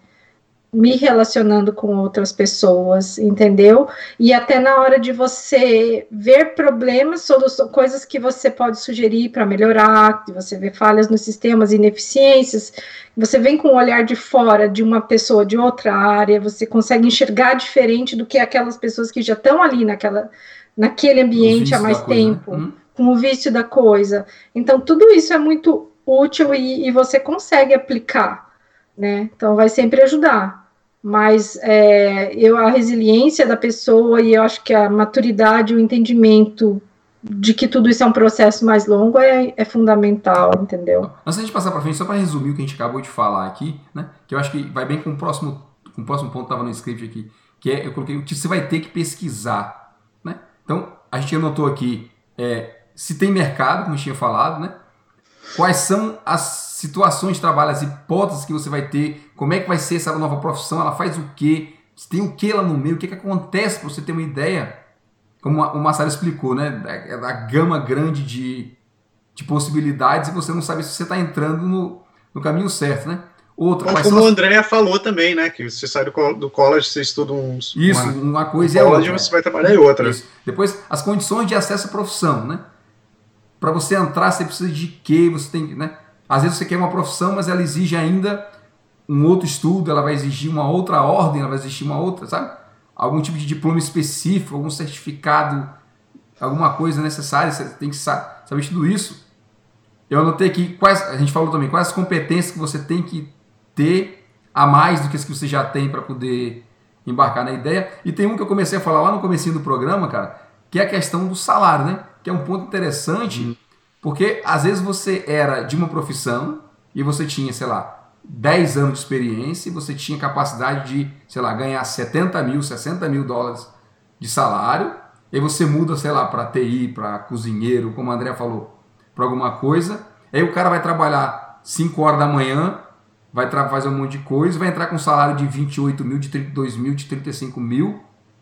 me relacionando com outras pessoas, entendeu? E até na hora de você ver problemas, soluções, coisas que você pode sugerir para melhorar, de você ver falhas nos sistemas, ineficiências, você vem com o olhar de fora de uma pessoa de outra área, você consegue enxergar diferente do que aquelas pessoas que já estão ali naquela, naquele ambiente há mais tempo, coisa, né? Com o vício da coisa. Então, tudo isso é muito útil e, e você consegue aplicar, né? Então, vai sempre ajudar. Mas é, eu, a resiliência da pessoa e eu acho que a maturidade, o entendimento de que tudo isso é um processo mais longo é, é fundamental, entendeu? Antes da gente passar para frente, só para resumir o que a gente acabou de falar aqui, né? Que eu acho que vai bem com o próximo, com o próximo ponto que estava no script aqui, que é, eu coloquei, você vai ter que pesquisar, né? Então, a gente anotou aqui é, se tem mercado, como a gente tinha falado, né? Quais são as situações de trabalho, as hipóteses que você vai ter, como é que vai ser essa nova profissão, ela faz o quê, se tem o que lá no meio, o que, que acontece para você ter uma ideia, como o Massaro explicou, né, da, da gama grande de, de possibilidades e você não sabe se você está entrando no, no caminho certo, né? Outra, como o André as... falou também, né, que você sai do, do college, você estuda uns... Isso, uma, uma coisa um é college, outra. Você vai trabalhar em outra. Isso. Depois, as condições de acesso à profissão, né? Para você entrar, você precisa de quê? Você tem, né? Às vezes você quer uma profissão, mas ela exige ainda um outro estudo, ela vai exigir uma outra ordem, ela vai exigir uma outra, sabe? Algum tipo de diploma específico, algum certificado, alguma coisa necessária, você tem que saber tudo isso. Eu anotei aqui, quais, a gente falou também, quais as competências que você tem que ter a mais do que as que você já tem para poder embarcar na ideia. E tem um que eu comecei a falar lá no comecinho do programa, cara, que é a questão do salário, né? Que é um ponto interessante, uhum. Porque às vezes você era de uma profissão e você tinha, sei lá, dez anos de experiência e você tinha capacidade de, sei lá, ganhar setenta mil, sessenta mil dólares de salário, e aí você muda, sei lá, para T I, para cozinheiro, como a André falou, para alguma coisa, aí o cara vai trabalhar cinco horas da manhã, vai fazer um monte de coisa, vai entrar com um salário de vinte e oito mil, de trinta e dois mil, de trinta e cinco mil,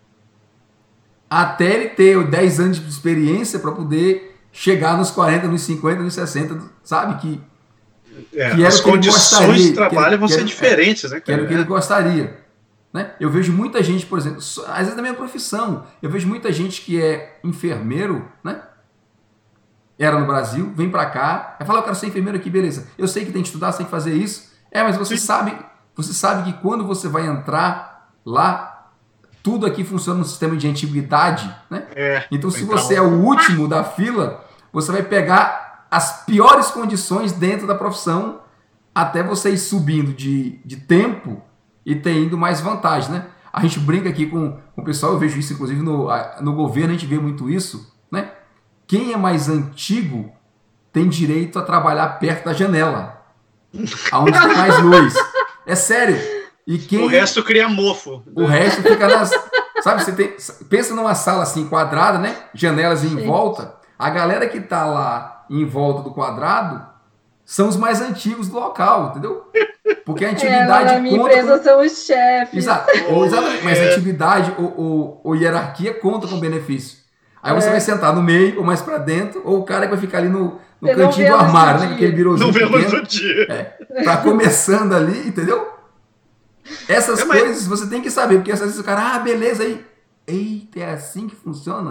até ele ter dez anos de experiência para poder chegar nos quarenta, nos cinquenta, nos sessenta, sabe? Que, é, que as condições de trabalho vão ser diferentes, né? Que era o que ele gostaria. Né? Eu vejo muita gente, por exemplo, às vezes da minha profissão, eu vejo muita gente que é enfermeiro, né? Era no Brasil, vem para cá, vai falar, eu quero ser enfermeiro aqui, beleza. Eu sei que tem que estudar, você tem que fazer isso. É, mas você sabe, você sabe que quando você vai entrar lá, tudo aqui funciona no sistema de antiguidade, né? É, então, se então... você é o último da fila, você vai pegar as piores condições dentro da profissão até você ir subindo de, de tempo e tendo mais vantagem, né? A gente brinca aqui com, com o pessoal, eu vejo isso inclusive no, no governo, a gente vê muito isso, né? Quem é mais antigo tem direito a trabalhar perto da janela, aonde tem mais luz. É sério. E quem... O resto cria mofo. O resto fica nas... Sabe, você tem... pensa numa sala assim, quadrada, né? Janelas em volta. A galera que tá lá em volta do quadrado são os mais antigos do local, entendeu? Porque a antiguidade... É, na minha conta empresa com... são os chefes. Exato. Ou, exatamente. Mas a antiguidade ou, ou, ou hierarquia conta com benefício. Aí você é. vai sentar no meio, ou mais pra dentro, ou o cara que vai ficar ali no, no cantinho do armário, né? Com aquele birôzinho pequeno. Não vê luz do dia. É. Tá começando ali, entendeu? Essas é, coisas mas... você tem que saber, porque às vezes o cara, ah, beleza, aí, eita, é assim que funciona?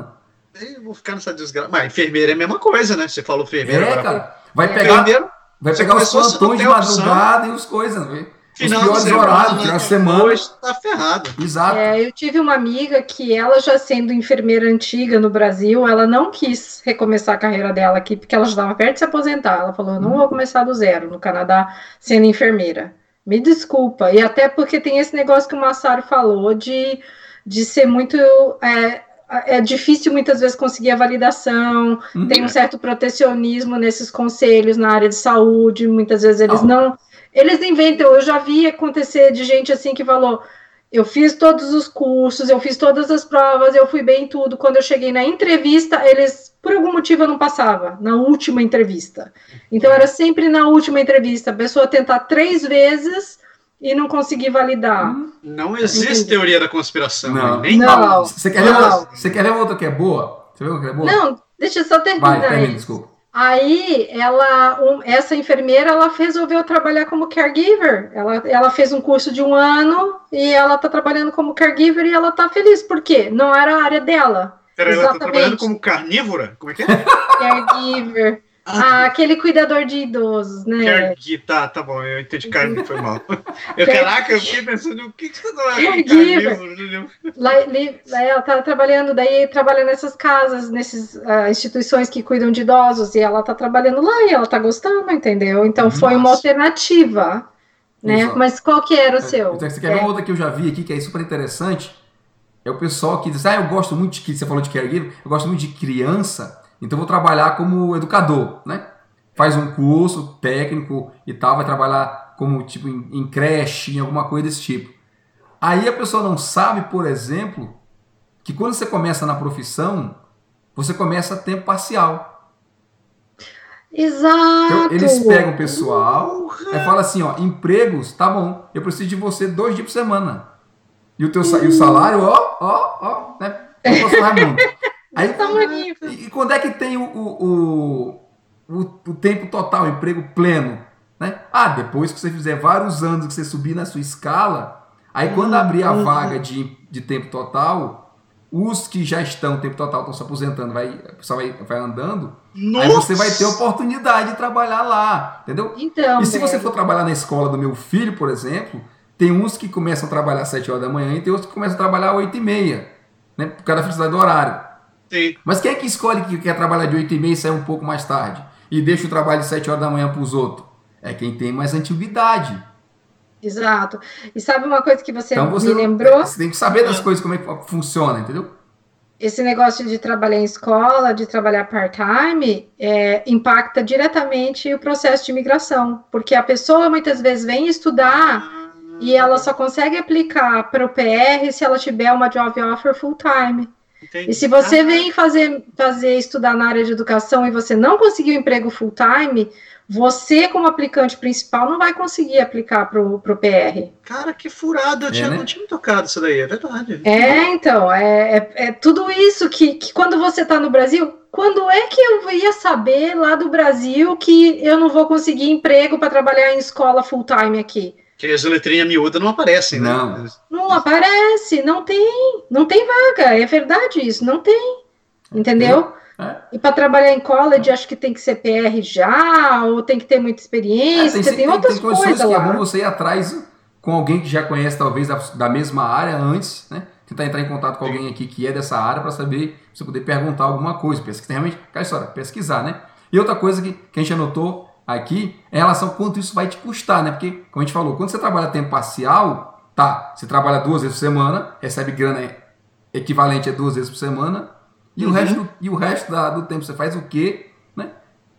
Eu vou ficar nessa desgraça. Mas enfermeira é a mesma coisa, né? Você falou enfermeira. É, agora, cara. Vai é, pegar, enfermeiro, vai você pegar os começou, você não plantões de tem opção. madrugada e os coisas, né? Os Final piores de semana, horários, final de semana. Hoje tá ferrado. Exato. É, eu tive uma amiga que ela, já sendo enfermeira antiga no Brasil, ela não quis recomeçar a carreira dela aqui, porque ela já estava perto de se aposentar. Ela falou, eu não vou começar do zero no Canadá sendo enfermeira. Me desculpa. E até porque tem esse negócio que o Massaro falou de, de ser muito... É, é difícil muitas vezes conseguir a validação, Uhum. tem um certo protecionismo nesses conselhos na área de saúde, muitas vezes eles não... Eles inventam, eu já vi acontecer de gente assim que falou, eu fiz todos os cursos, eu fiz todas as provas, eu fui bem em tudo. Quando eu cheguei na entrevista, eles, por algum motivo, eu não passava, na última entrevista. Então, era sempre na última entrevista, a pessoa tentar três vezes e não conseguir validar. Não existe teoria da conspiração. Não. Nem Não. Você quer, ver Não. uma, você quer ver uma outra que é boa? Você vê uma que é boa? Não, deixa eu só terminar Vai, termina, isso. desculpa. Aí, ela, um, essa enfermeira, ela resolveu trabalhar como caregiver. Ela, ela fez um curso de um ano e ela está trabalhando como caregiver e ela está feliz. Por quê? Não era a área dela. Peraí, ela tá Exatamente. trabalhando como carnívora? Como é que é? Caregiver. Ah, aquele cuidador de idosos, né? Caregiver. Tá, tá bom, eu entendi carne, foi mal. Eu, caraca, eu fiquei pensando, o que, que você não é Caregiver. carnívoro? Lá, li, lá ela tá trabalhando, daí trabalha nessas casas, nessas uh, instituições que cuidam de idosos, e ela tá trabalhando lá e ela tá gostando, entendeu? Então Nossa. foi uma alternativa, né? Exato. Mas qual que era o seu? Então, você quer ver uma outra que eu já vi aqui, que é super interessante? É o pessoal que diz, ah, eu gosto muito de, você falou de caregiver, eu gosto muito de criança, então eu vou trabalhar como educador, né? Faz um curso técnico e tal, vai trabalhar como tipo em, em creche, em alguma coisa desse tipo. Aí a pessoa não sabe, por exemplo, que quando você começa na profissão, você começa a tempo parcial. Exato! Então, eles pegam o pessoal, aí fala assim, ó, empregos, tá bom, eu preciso de você dois dias por semana. E o, teu, e o salário, ó, ó, ó, né? Eu posso Raimundo. Aí, Tá bonito. e, e quando é que tem o, o, o, o tempo total, o emprego pleno? Né? Ah, depois que você fizer vários anos que você subir na sua escala, aí quando abrir a vaga de, de tempo total, os que já estão tempo total, estão se aposentando, vai, o pessoal vai, vai andando, Nossa. aí você vai ter oportunidade de trabalhar lá, entendeu? Então, E se você velho. for trabalhar na escola do meu filho, por exemplo, tem uns que começam a trabalhar às sete horas da manhã e tem outros que começam a trabalhar às oito e meia, né? Por causa da felicidade do horário. Sim. Mas quem é que escolhe que quer trabalhar de oito e meia e sair um pouco mais tarde? E deixa o trabalho de sete horas da manhã para os outros? É quem tem mais antiguidade. Exato. E sabe uma coisa que você, Então você, me não- lembrou? você tem que saber das coisas, como é que funciona, entendeu? Esse negócio de trabalhar em escola, de trabalhar part-time, é, impacta diretamente o processo de imigração, porque a pessoa muitas vezes vem estudar e ela só consegue aplicar para o P R se ela tiver uma job offer full-time. Entendi. E se você Ah, vem fazer, fazer estudar na área de educação e você não conseguiu emprego full-time, você, como aplicante principal, não vai conseguir aplicar para o P R. Cara, que furada, eu É, tinha, né? não tinha me tocado isso daí, é verdade. É, então, é, é, é tudo isso que, que quando você está no Brasil, quando é que eu ia saber lá do Brasil que eu não vou conseguir emprego para trabalhar em escola full-time aqui? Que as letrinhas miúdas não aparecem, né? Não. Não aparece, não tem, não tem vaga, é verdade isso, não tem, entendeu? É. E para trabalhar em college, acho que tem que ser P R já, ou tem que ter muita experiência, tem, tem, outras tem condições coisas que é lá. bom você ir atrás com alguém que já conhece, talvez, da, da mesma área antes, né? Tentar entrar em contato com alguém aqui que é dessa área para saber, pra você poder perguntar alguma coisa. Pesquisar, realmente, aquela história, pesquisar, né? E outra coisa que, que a gente anotou aqui é em relação a quanto isso vai te custar, né? Porque, como a gente falou, quando você trabalha tempo parcial, tá, você trabalha duas vezes por semana, recebe grana equivalente a duas vezes por semana, e Uhum. o resto, e o resto da, do tempo você faz o quê? Né?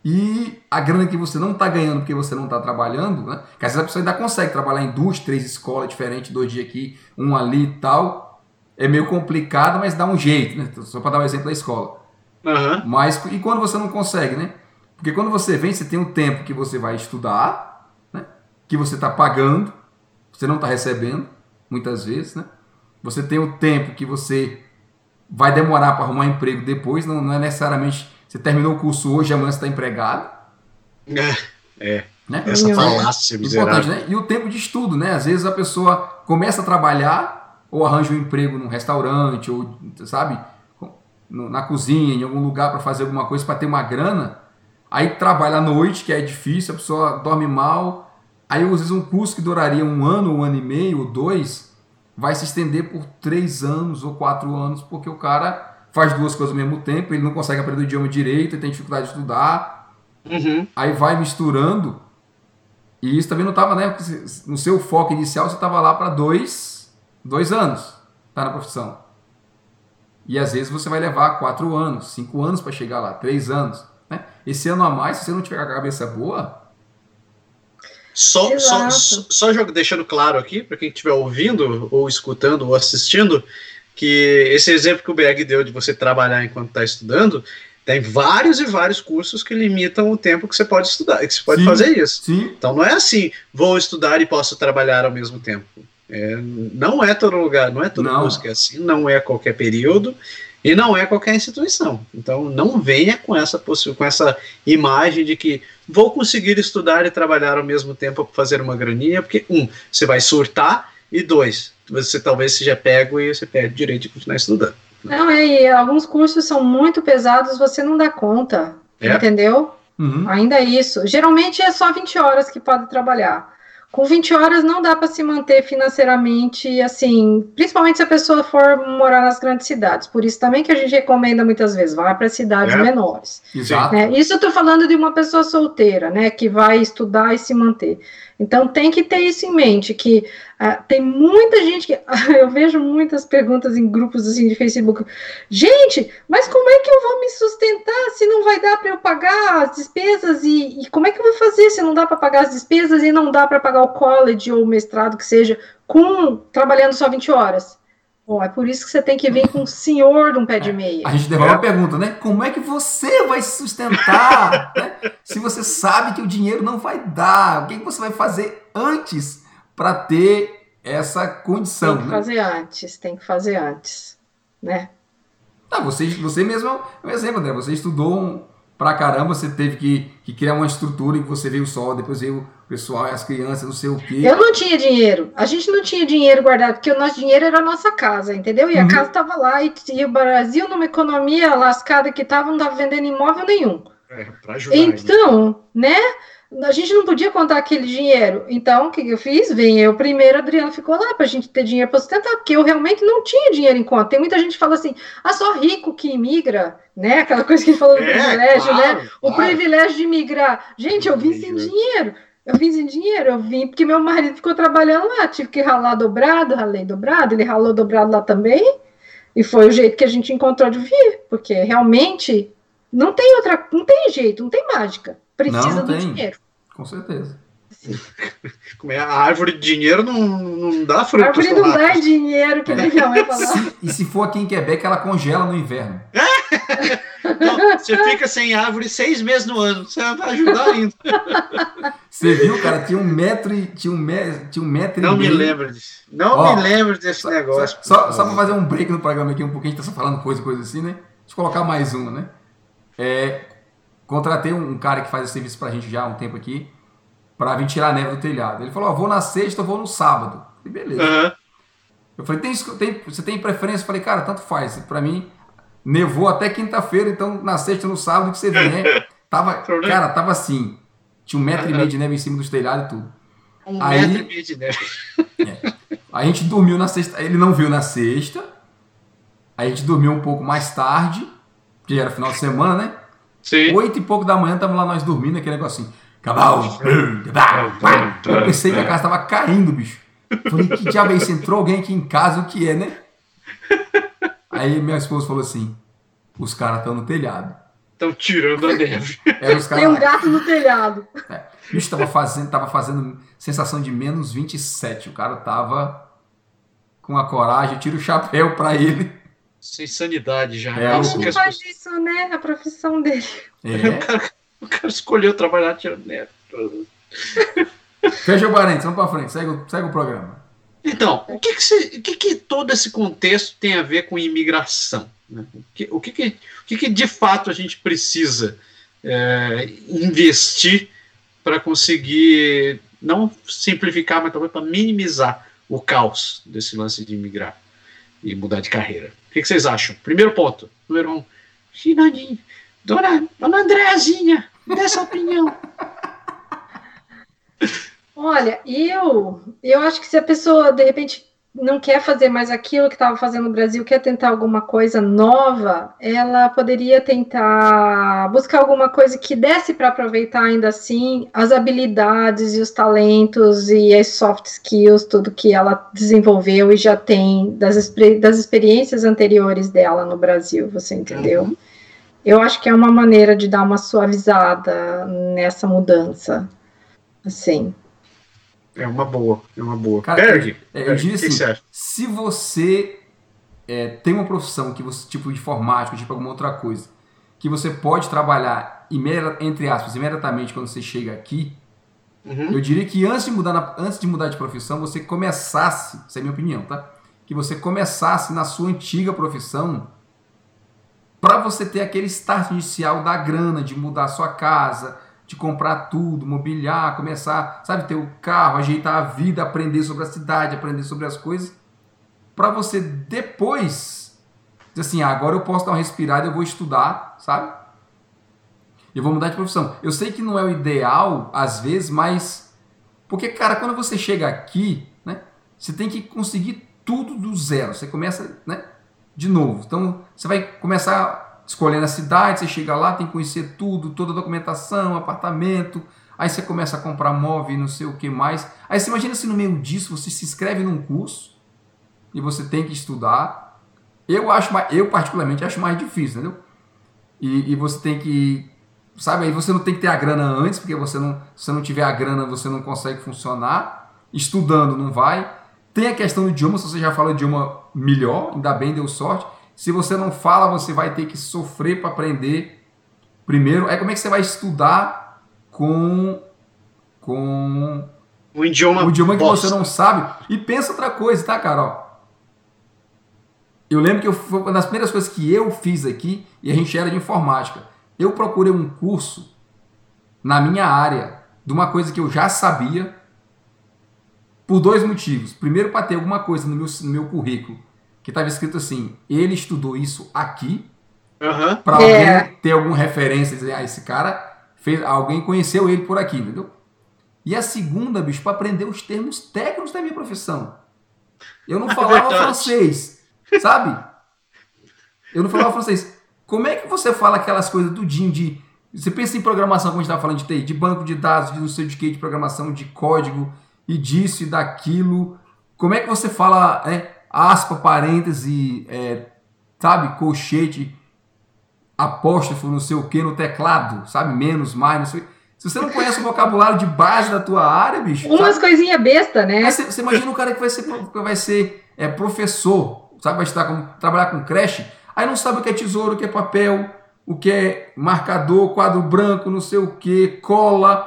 E a grana que você não está ganhando porque você não está trabalhando, né? Que às vezes a pessoa ainda consegue trabalhar em duas, três escolas diferentes, dois dias aqui, um ali e tal. É meio complicado, mas dá um jeito, né? Só para dar um exemplo da escola. Aham. Mas e quando você não consegue, né? Porque quando você vem, você tem um tempo que você vai estudar, né? Que você está pagando, você não está recebendo, muitas vezes, né? Você tem o tempo que você vai demorar para arrumar emprego depois, não, não é necessariamente você terminou o curso hoje, amanhã você está empregado, É, é. né? Essa Uhum. falácia miserável. Importante, né? E o tempo de estudo, né? Às vezes a pessoa começa a trabalhar ou arranja um emprego num restaurante, ou, sabe? no, na cozinha, em algum lugar para fazer alguma coisa, para ter uma grana, aí trabalha à noite, que é difícil, a pessoa dorme mal, aí às vezes um curso que duraria um ano, um ano e meio, ou dois, vai se estender por três anos ou quatro anos, porque o cara faz duas coisas ao mesmo tempo, ele não consegue aprender o idioma direito, ele tem dificuldade de estudar, uhum. Aí vai misturando, e isso também não estava, né, no seu foco inicial, você estava lá para dois, dois anos, tá na profissão. E às vezes você vai levar quatro anos, cinco anos para chegar lá, três anos. Né? Esse ano a mais, se você não tiver a cabeça boa... Só, só, só, só jogo, deixando claro aqui, para quem estiver ouvindo, ou escutando, ou assistindo, que esse exemplo que o B R deu de você trabalhar enquanto está estudando, tem vários e vários cursos que limitam o tempo que você pode estudar, que você pode sim, fazer isso. Sim. Então não é assim, vou estudar e posso trabalhar ao mesmo tempo. É, não é todo lugar, não é todo não. curso que é assim, não é qualquer período e não é qualquer instituição. Então não venha com essa, com essa imagem de que vou conseguir estudar e trabalhar ao mesmo tempo para fazer uma graninha, porque um, você vai surtar, e dois, você talvez seja pego e você perde o direito de continuar estudando. Não, e alguns cursos são muito pesados, você não dá conta, é. entendeu? Uhum. Ainda é isso. Geralmente é só vinte horas que pode trabalhar. Com vinte horas não dá para se manter financeiramente, assim, principalmente se a pessoa for morar nas grandes cidades. Por isso também que a gente recomenda muitas vezes, vai para cidades é. menores. Exato. Né? Isso eu estou falando de uma pessoa solteira, né, que vai estudar e se manter. Então tem que ter isso em mente, que uh, tem muita gente que... eu vejo muitas perguntas em grupos assim, de Facebook. Gente, mas como é que eu vou me sustentar se não vai dar para eu pagar as despesas? E, e como é que eu vou fazer se não dá para pagar as despesas e não dá para pagar o college ou o mestrado que seja, com, trabalhando só vinte horas? Bom, é por isso que você tem que vir com um senhor de um pé de meia. A gente devolve é. a pergunta, né? Como é que você vai se sustentar? Né? Se você sabe que o dinheiro não vai dar, o que você vai fazer antes para ter essa condição? Tem que né? fazer antes, tem que fazer antes, né? Ah, você, você mesmo é um exemplo, André. Você estudou um, pra caramba, você teve que, que criar uma estrutura em que você veio só, depois veio o pessoal, as crianças, não sei o quê. Eu não tinha dinheiro. A gente não tinha dinheiro guardado, porque o nosso dinheiro era a nossa casa, entendeu? E uhum. a casa estava lá, e, e o Brasil, numa economia lascada que estava, não estava vendendo imóvel nenhum. É, pra ajudar. Então, né? A gente não podia contar aquele dinheiro. Então, o que eu fiz? Vem eu primeiro, a Adriana ficou lá pra gente ter dinheiro para sustentar, porque eu realmente não tinha dinheiro em conta. Tem muita gente que fala assim, ah, só rico que imigra, né? Aquela coisa que a gente falou do é, privilégio, claro, né? Claro. O privilégio de imigrar. Gente, eu vim sem dinheiro. Eu vim sem dinheiro, eu vim porque meu marido ficou trabalhando lá, tive que ralar dobrado, ralei dobrado, ele ralou dobrado lá também, e foi o jeito que a gente encontrou de vir, porque realmente não tem outra, não tem jeito, não tem mágica, precisa não, não do tem. dinheiro. Com certeza. Como é, a árvore de dinheiro não, não dá fruto. A árvore não dá dinheiro, que nem minha mãe falava. E se for aqui em Quebec, ela congela no inverno. Não, você fica sem árvore seis meses no ano, você vai ajudar ainda. Você viu, cara, tinha um metro e tinha um, me, tinha um metro não e me meio. lembro disso. Não Ó, me lembro desse só, negócio. Só, só, só para fazer um break no programa aqui, um pouquinho, a gente tá só falando coisa, coisa assim, né? Deixa eu colocar mais uma, né? É, contratei um cara que faz esse serviço pra gente já há um tempo aqui, pra vir tirar a neve do telhado. Ele falou, ó, vou na sexta, eu vou no sábado. Eu falei, beleza. Uhum. Eu falei, tem, tem, você tem preferência? Eu falei, cara, tanto faz. Pra mim, nevou até quinta-feira, então na sexta, no sábado que você vier. Tava, cara, tava assim. Tinha um metro uhum. e meio de neve em cima dos telhados e tudo. Um aí, metro e meio de neve. É, a gente dormiu na sexta, ele não viu na sexta. Aí a gente dormiu um pouco mais tarde, que era final de semana, né? Sim. Oito e pouco da manhã, tava lá nós dormindo, aquele negocinho. Cabal, eu pensei que a casa tava caindo, bicho. Falei, que diabo é isso? Entrou alguém aqui em casa, o que é, né? Aí minha esposa falou assim, os caras estão no telhado. Estão tirando a neve. É, os Tem um gato no telhado. É, bicho, tava fazendo, tava fazendo sensação de menos vinte e sete. O cara tava com a coragem, tira o chapéu pra ele. Sem sanidade já. É, Ele não faz isso, né? A profissão dele. É. O, cara, o cara escolheu trabalhar tirando neve. Fecha o parênteses, vamos pra frente, segue, segue o programa. Então, o que que, você, o que que todo esse contexto tem a ver com imigração? Né? O, que, o, que que, o que que de fato a gente precisa é, investir para conseguir, não simplificar, mas talvez para minimizar o caos desse lance de imigrar? e mudar de carreira. O que, que vocês acham? Primeiro ponto. Número um. Fernandinho, dona, dona Andreazinha, dê essa opinião. Olha, eu, eu acho que se a pessoa, de repente, não quer fazer mais aquilo que estava fazendo no Brasil, quer tentar alguma coisa nova, ela poderia tentar buscar alguma coisa que desse para aproveitar ainda assim as habilidades e os talentos e as soft skills, tudo que ela desenvolveu e já tem das, das experiências anteriores dela no Brasil, você entendeu? Uhum. Eu acho que é uma maneira de dar uma suavizada nessa mudança, assim. É uma boa, é uma boa. Cara, Berg, eu, eu diria assim, você se você é, tem uma profissão, que você, tipo de informática, tipo alguma outra coisa, que você pode trabalhar, entre aspas, imediatamente quando você chega aqui, uhum. eu diria que antes de, mudar na, antes de mudar de profissão, você começasse, essa é a minha opinião, tá? Que você começasse na sua antiga profissão para você ter aquele start inicial da grana, de mudar a sua casa, de comprar tudo, mobiliar, começar, sabe, ter o carro, ajeitar a vida, aprender sobre a cidade, aprender sobre as coisas, para você depois dizer assim, ah, agora eu posso dar uma respirada, eu vou estudar, sabe? Eu vou mudar de profissão. Eu sei que não é o ideal, às vezes, mas... Porque, cara, quando você chega aqui, né, você tem que conseguir tudo do zero. Você começa, né, de novo. Então, você vai começar... escolhendo a cidade, você chega lá, tem que conhecer tudo, toda a documentação, apartamento, aí você começa a comprar móvel e não sei o que mais. Aí você imagina se no meio disso você se inscreve num curso e você tem que estudar. Eu acho, eu particularmente acho mais difícil, entendeu? E, e você tem que, sabe, aí você não tem que ter a grana antes, porque você não, se você não tiver a grana você não consegue funcionar. Estudando não vai. Tem a questão do idioma, se você já fala o idioma melhor, ainda bem, deu sorte. Se você não fala, você vai ter que sofrer para aprender primeiro. Aí como é que você vai estudar com, com o idioma, o idioma que bosta. Você não sabe? E pensa outra coisa, tá, Carol? Eu lembro que eu, foi uma das primeiras coisas que eu fiz aqui, e a gente era de informática. Eu procurei um curso na minha área de uma coisa que eu já sabia por dois motivos. Primeiro, para ter alguma coisa no meu, no meu currículo que estava escrito assim, ele estudou isso aqui, uhum. para alguém é. ter alguma referência, dizer, ah, esse cara, fez, alguém conheceu ele por aqui, entendeu? E a segunda, bicho, para aprender os termos técnicos da minha profissão. Eu não falava é francês, sabe? Eu não falava francês. Como é que você fala aquelas coisas do din de... Você pensa em programação, como a gente estava falando de T I, de banco de dados, de não sei de que, de programação, de código, e disso e daquilo. Como é que você fala... É, aspa, parêntese, é, sabe, colchete, apóstrofo, não sei o que, no teclado, sabe, menos, mais, não sei. Se você não conhece o vocabulário de base da tua área, bicho... Umas coisinhas besta, né? Você, você imagina um cara que vai ser, vai ser é, professor, sabe, vai estudar com, trabalhar com creche, aí não sabe o que é tesouro, o que é papel, o que é marcador, quadro branco, não sei o que, cola...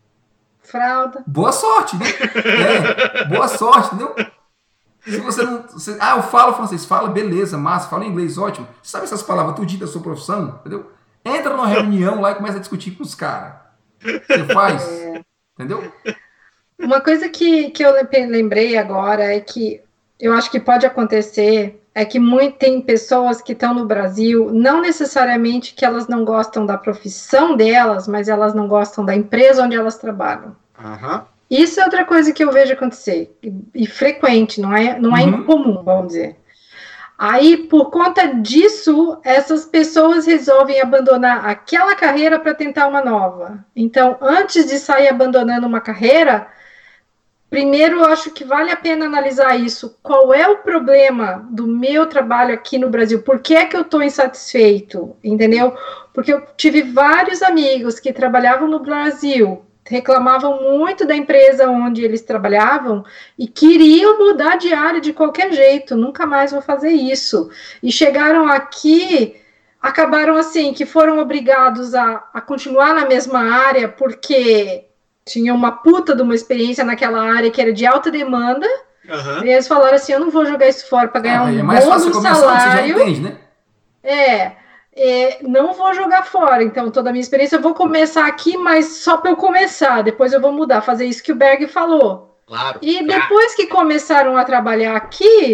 Fralda. Boa sorte, né? É, boa sorte, entendeu? Se você não... Você, ah, eu falo francês. Fala, beleza, massa. Fala inglês, ótimo. Você sabe essas palavras tudinho da sua profissão, entendeu? Entra numa reunião lá e começa a discutir com os caras. Você faz, é. Entendeu? Uma coisa que, que eu lembrei agora é que eu acho que pode acontecer é que muito, tem pessoas que estão no Brasil, não necessariamente que elas não gostam da profissão delas, mas elas não gostam da empresa onde elas trabalham. Aham. Uhum. Isso é outra coisa que eu vejo acontecer, e, e frequente, não é, não é uhum. incomum, vamos dizer. Aí, por conta disso, essas pessoas resolvem abandonar aquela carreira para tentar uma nova. Então, antes de sair abandonando uma carreira, primeiro eu acho que vale a pena analisar isso. Qual é o problema do meu trabalho aqui no Brasil? Por que é que eu estou insatisfeito? Entendeu? Porque eu tive vários amigos que trabalhavam no Brasil, reclamavam muito da empresa onde eles trabalhavam e queriam mudar de área de qualquer jeito, nunca mais vou fazer isso. E chegaram aqui, acabaram assim, que foram obrigados a, a continuar na mesma área porque tinha uma puta de uma experiência naquela área que era de alta demanda, uhum. e eles falaram assim, eu não vou jogar isso fora para ganhar ah, um é mais bom fácil salário. Você já entende, né? É... É, não vou jogar fora, então toda a minha experiência eu vou começar aqui, mas só para eu começar, depois eu vou mudar, fazer isso que o Berg falou. Claro. E depois que começaram a trabalhar aqui,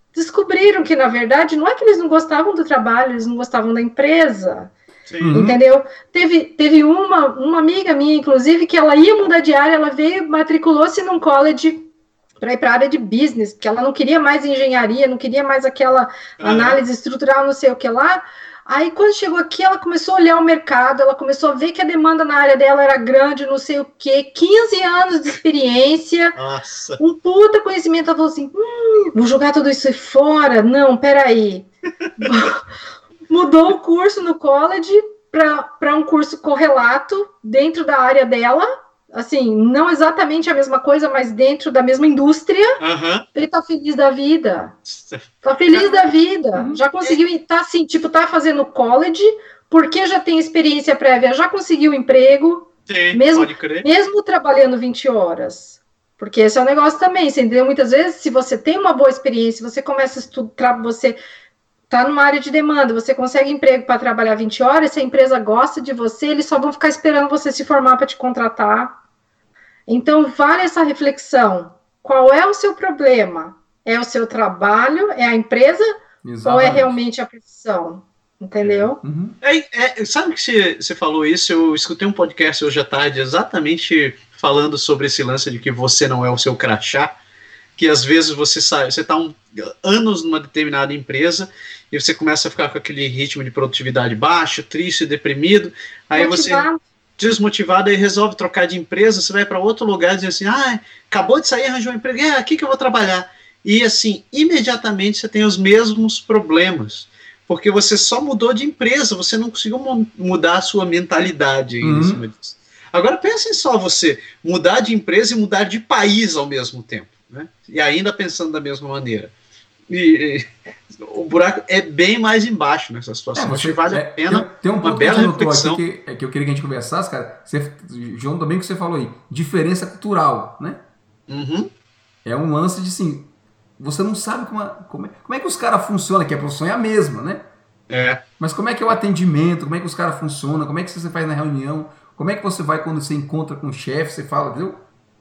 descobriram que, na verdade, não é que eles não gostavam do trabalho, eles não gostavam da empresa. Sim. Entendeu? Teve, teve uma, uma amiga minha, inclusive, que ela ia mudar de área, ela veio, matriculou-se num college para ir para a área de business, porque ela não queria mais engenharia, não queria mais aquela Uhum. análise estrutural, não sei o que lá. Aí, quando chegou aqui, ela começou a olhar o mercado, ela começou a ver que a demanda na área dela era grande, não sei o quê, quinze anos de experiência, Nossa. um puta conhecimento. Ela falou assim, hum, vou jogar tudo isso aí fora? Não, peraí. Mudou o curso no college para um curso correlato dentro da área dela, assim, não exatamente a mesma coisa, mas dentro da mesma indústria. Uhum. Ele tá feliz da vida. Tá feliz da vida. Uhum. Já conseguiu, tá assim, tipo, tá fazendo college, porque já tem experiência prévia, já conseguiu emprego, Sim, mesmo, pode crer. mesmo trabalhando vinte horas. Porque esse é o negócio também, você entendeu? Muitas vezes, se você tem uma boa experiência, você começa a estudar, você tá numa área de demanda, você consegue emprego para trabalhar vinte horas, se a empresa gosta de você, eles só vão ficar esperando você se formar para te contratar. Então, vale essa reflexão. Qual é o seu problema? É o seu trabalho? É a empresa? Exatamente. Ou é realmente a profissão? Entendeu? Uhum. É, é, sabe que você, você falou isso? Eu escutei um podcast hoje à tarde exatamente falando sobre esse lance de que você não é o seu crachá, que às vezes você sai, você está um, anos numa determinada empresa e você começa a ficar com aquele ritmo de produtividade baixo, triste, deprimido, aí Motivar. você desmotivado e resolve trocar de empresa, você vai para outro lugar e diz assim, ah, acabou de sair, arranjou um emprego, é aqui que eu vou trabalhar. E assim, imediatamente você tem os mesmos problemas, porque você só mudou de empresa, você não conseguiu mudar a sua mentalidade Uhum. em cima disso. Agora pensem só você mudar de empresa e mudar de país ao mesmo tempo, né? E ainda pensando da mesma maneira. E, e o buraco é bem mais embaixo nessa situação. É, Acho você, que vale é, a pena tem, tem um uma ponto que a bela gente notou reflexão. aqui que, é, que eu queria que a gente conversasse, cara. Você, João, também que você falou aí, diferença cultural, né? Uhum. É um lance de assim, você não sabe como, como, é, como é que os caras funcionam, que a profissão é a mesma, né? É. Mas como é que é o atendimento, como é que os caras funcionam, como é que você faz na reunião, como é que você vai quando você encontra com o chefe, você fala, viu?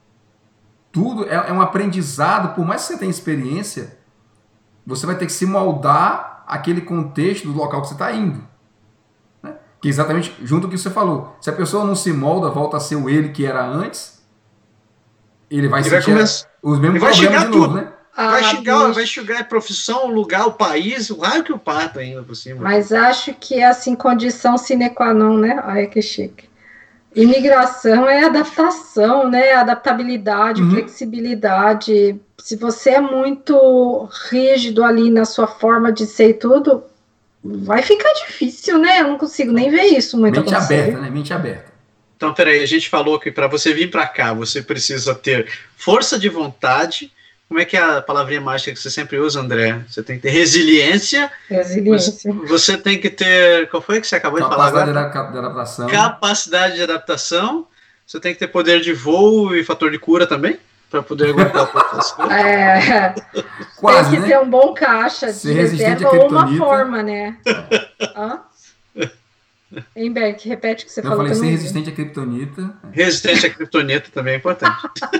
Tudo é, é um aprendizado, por mais que você tenha experiência, você vai ter que se moldar aquele contexto do local que você está indo. Né? Que é exatamente junto ao que você falou. Se a pessoa não se molda, volta a ser o ele que era antes, ele vai Ele vai sentir começar- os mesmos ele vai problemas de xingar novo, tudo. né? Vai Ah, xingar, bicho. vai xingar a profissão, o lugar, o país, o raio que o parta ainda por cima. Mas acho que é assim, condição sine qua non, né? Ai, que chique. Imigração é adaptação, né? Adaptabilidade, Uhum. flexibilidade. Se você é muito rígido ali na sua forma de ser e tudo, vai ficar difícil, né? Eu não consigo nem ver isso muito Mente acontecer. aberta, né? Mente aberta. Então, peraí, a gente falou que para você vir para cá, você precisa ter força de vontade. Como é que é a palavrinha mágica que você sempre usa, André? Você tem que ter resiliência. Resiliência. Você, você tem que ter. Qual foi que você acabou de falar Capacidade agora? de ada- de adaptação. Capacidade de adaptação. Você tem que ter poder de voo e fator de cura também, para poder aguentar todas as coisas. É, Quase, tem que né? ter um bom caixa Ser de resistente reserva à ou uma criptonita. forma, né? Hã? Hein, Berg, repete o que você Eu falou. falei que eu ser não vi. resistente à criptonita. Resistente à criptonita também é importante.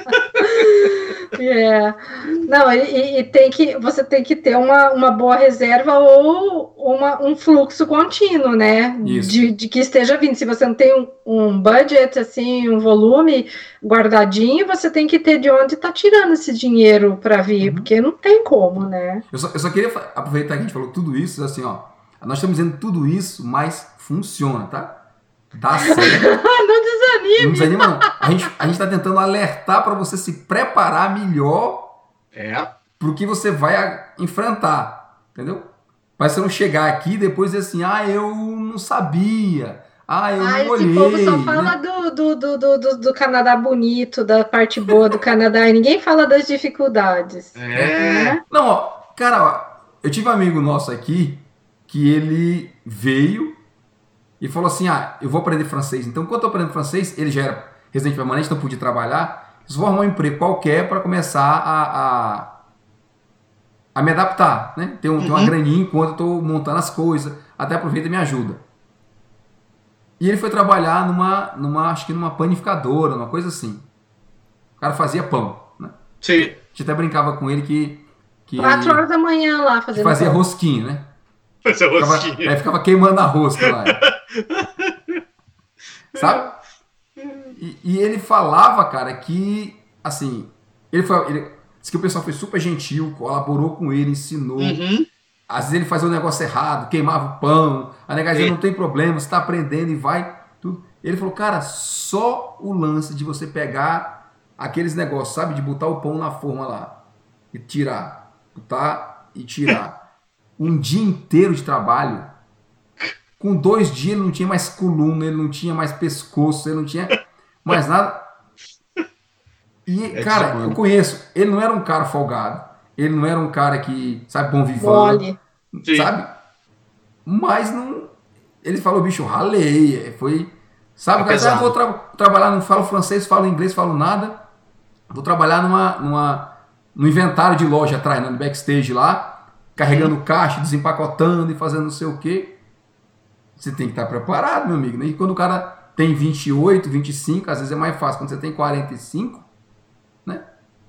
É. Não, e- e, e tem que, você tem que ter uma, uma boa reserva ou uma, um fluxo contínuo, né? Isso. De, de que esteja vindo. Se você não tem um, um budget, assim, um volume guardadinho, você tem que ter de onde tá tirando esse dinheiro para vir, Uhum. porque não tem como, né? Eu só, eu só queria fa- aproveitar que a gente falou tudo isso, assim, ó. Nós estamos dizendo tudo isso, mas funciona, tá? Dá certo. Não desanime. Não desanima, não. A gente, a gente tá tentando alertar para você se preparar melhor É. pro que você vai a- enfrentar, entendeu? Para você não chegar aqui e depois dizer assim, ah, eu não sabia, ah, eu Ah, não esse olhei. povo só né? fala do, do, do, do, do, do Canadá bonito, da parte boa do Canadá, e ninguém fala das dificuldades. É. Né? Não, ó, cara, ó, eu tive um amigo nosso aqui que ele veio e falou assim, ah, eu vou aprender francês. Então, enquanto eu aprendo francês, ele já era residente permanente, não podia trabalhar, eu vou arrumar um emprego qualquer para começar a, a, a me adaptar, né? Ter, um, ter uma Uhum. graninha enquanto eu estou montando as coisas, até aproveita e me ajuda. E ele foi trabalhar numa, numa, acho que numa panificadora, uma coisa assim. O cara fazia pão, né? Sim. A gente até brincava com ele que, Que, Quatro horas da manhã lá fazendo. que fazia pão. rosquinho, né? Fazia Ficava, aí ficava queimando a rosca lá. Sabe? E, e ele falava, cara, que, assim, ele foi, ele disse que o pessoal foi super gentil, colaborou com ele, ensinou. Uhum. Às vezes ele fazia o negócio errado, queimava o pão, a nega dizia, É. não tem problema, você está aprendendo e vai, tudo. Ele falou, cara, só o lance de você pegar aqueles negócios, sabe, de botar o pão na forma lá e tirar, botar e tirar, um dia inteiro de trabalho, com dois dias ele não tinha mais coluna, ele não tinha mais pescoço, ele não tinha mais nada. E, É cara, desumano. eu conheço, ele não era um cara folgado, ele não era um cara que, sabe, bom vivant, Mole. Sim. sabe? Mas não. Ele falou, bicho, ralei. Foi. Sabe, É cara, pesado. ah, vou tra trabalhar, não falo francês, falo inglês, falo nada. Vou trabalhar numa, numa, no inventário de loja atrás, no backstage lá, carregando caixa, desempacotando e fazendo não sei o quê. Você tem que estar preparado, meu amigo. Né? E quando o cara tem vinte e oito, vinte e cinco, às vezes é mais fácil. Quando você tem quarenta e cinco, né?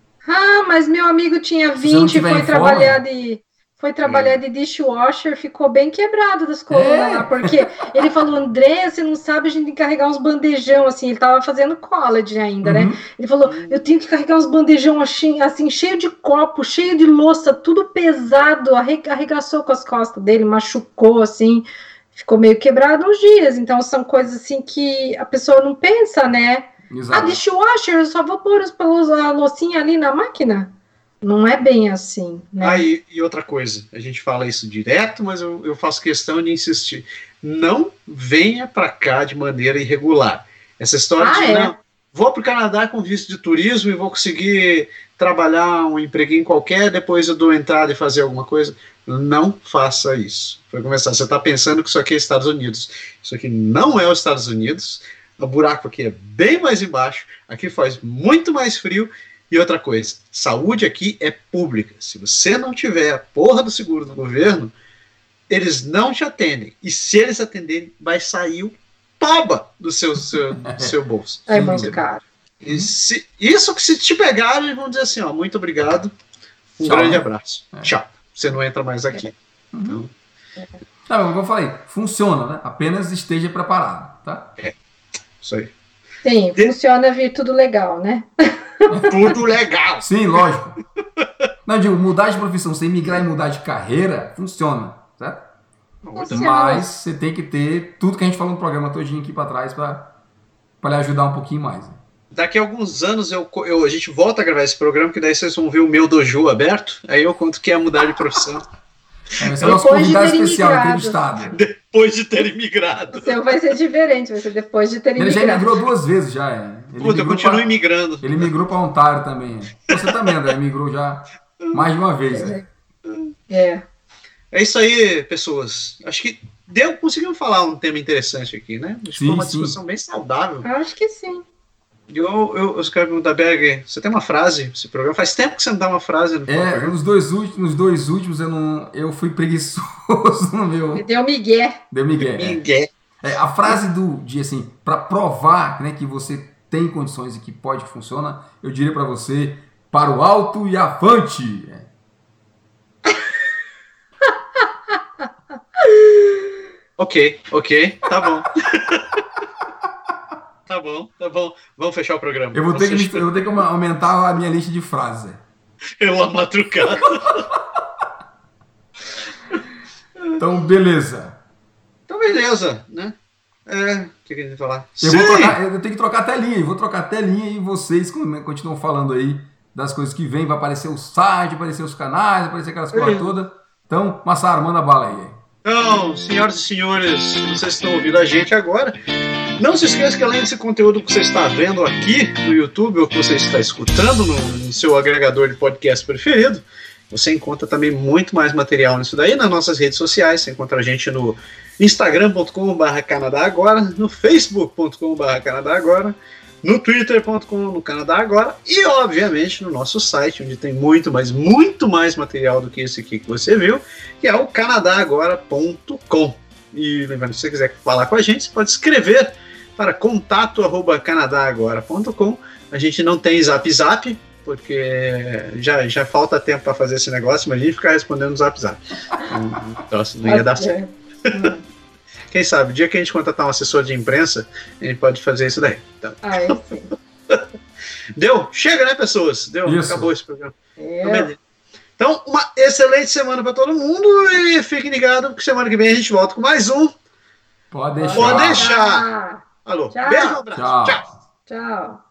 Ah, mas meu amigo tinha Se você não vinte, tiver foi em trabalhar forma- de. Foi trabalhar de dishwasher, ficou bem quebrado das colunas É. lá, porque ele falou, André, você não sabe, a gente tem que carregar uns bandejão, assim, ele tava fazendo college ainda, né? Uhum. Ele falou, eu tenho que carregar uns bandejão assim, assim, cheio de copo, cheio de louça, tudo pesado, arre- arregaçou com as costas dele, machucou, assim, ficou meio quebrado uns dias, então são coisas assim que a pessoa não pensa, né? Ah, Exato. dishwasher, eu só vou pôr os- a loucinha ali na máquina. Não é bem assim, né? Ah, e, e outra coisa, a gente fala isso direto, mas eu, eu faço questão de insistir. Não venha para cá de maneira irregular. Essa história Ah, de é? não, vou para o Canadá com visto de turismo e vou conseguir trabalhar um empreguinho qualquer, depois eu dou entrada e fazer alguma coisa. Não faça isso. Para começar, você está pensando que isso aqui é Estados Unidos. Isso aqui não é os Estados Unidos. O buraco aqui é bem mais embaixo. Aqui faz muito mais frio. E outra coisa, saúde aqui é pública. Se você não tiver a porra do seguro do governo, eles não te atendem. E se eles atenderem, vai sair o toba do seu, seu, do seu bolso. É Sim, muito sim. caro. E se, isso que se te pegarem, eles vão dizer assim, ó, muito obrigado, um Tchau, grande né? abraço. É. Tchau. Você não entra mais aqui. Então, Não, como eu falei, funciona, né? Apenas esteja preparado, tá? isso aí. Sim, funciona vir tudo legal, né? Tudo legal. Sim, lógico. Não, eu digo, mudar de profissão, você migrar e mudar de carreira, funciona, certo? Funciona. Mas você tem que ter tudo que a gente falou no programa todinho aqui para trás para lhe ajudar um pouquinho mais. Né? Daqui a alguns anos eu, eu, a gente volta a gravar esse programa, que daí vocês vão ver o meu dojo aberto, aí eu conto que é mudar de profissão É, vai ser o nosso Depois de convidado ter especial, imigrado. entrevistado. depois de ter imigrado. O seu vai ser diferente, vai ser depois de ter Ele já imigrado. migrou duas vezes já, é. Ele Puta, eu migrou continuo pra- imigrando. Ele migrou para Ontário também. É. Você também, André, migrou já mais de uma vez. Né? É. É isso aí, pessoas. Acho que deu, conseguimos falar um tema interessante aqui, né? Acho que Sim, foi uma sim. discussão bem saudável. Acho que sim. E Eu, eu, eu quero perguntar, Berg, você tem uma frase pra esse programa? Faz tempo que você não dá uma frase no É, programa. nos dois últimos, nos dois últimos eu, não, eu fui preguiçoso no meu. Me deu migué. Deu Miguel. é. Ninguém. É, a frase do dia assim, para provar, né, que você tem condições e que pode que funciona, eu diria para você, para o alto e avante. É. Ok, ok, tá bom. Tá bom, tá bom. Vamos fechar o programa. Eu vou, ter que, Vamos me- eu vou ter que aumentar a minha lista de frases. fechar uma madrugada. Então, beleza. Então, beleza, né? É, o que que a gente vai falar? Eu, Sim! vou trocar, eu tenho que trocar a telinha, eu vou trocar a telinha e vocês continuam falando aí das coisas que vêm, vai aparecer o site, vai aparecer os canais, vai aparecer aquelas coisas todas. Então, Massaro, manda bala aí. Então, senhoras e senhores, vocês estão ouvindo a gente agora. Não se esqueça que além desse conteúdo que você está vendo aqui no YouTube ou que você está escutando no, no seu agregador de podcast preferido, você encontra também muito mais material nisso daí nas nossas redes sociais. Você encontra a gente no instagram ponto com barra Canadá Agora, no facebook ponto com barra Canadá Agora, no twitter ponto com no Canadá Agora e, obviamente, no nosso site, onde tem muito, mas muito mais material do que esse aqui que você viu, que é o canadá agora ponto com. E lembrando, se você quiser falar com a gente, você pode escrever para contato arroba canadá agora ponto com. A gente não tem zap zap, porque já, já falta tempo para fazer esse negócio, mas a gente ficar respondendo no Zap Zap. Nossa, não ia dar certo. Quem sabe, o dia que a gente contratar um assessor de imprensa, a gente pode fazer isso daí. Então. Ah, é sim. Deu? Chega, né, pessoas? Deu? Isso. Acabou esse programa. É. Então, uma excelente semana para todo mundo e fiquem ligados, porque semana que vem a gente volta com mais um. Pode deixar. Pode deixar. Alô. Tchau. Beijo, um abraço. Tchau. Tchau. Tchau.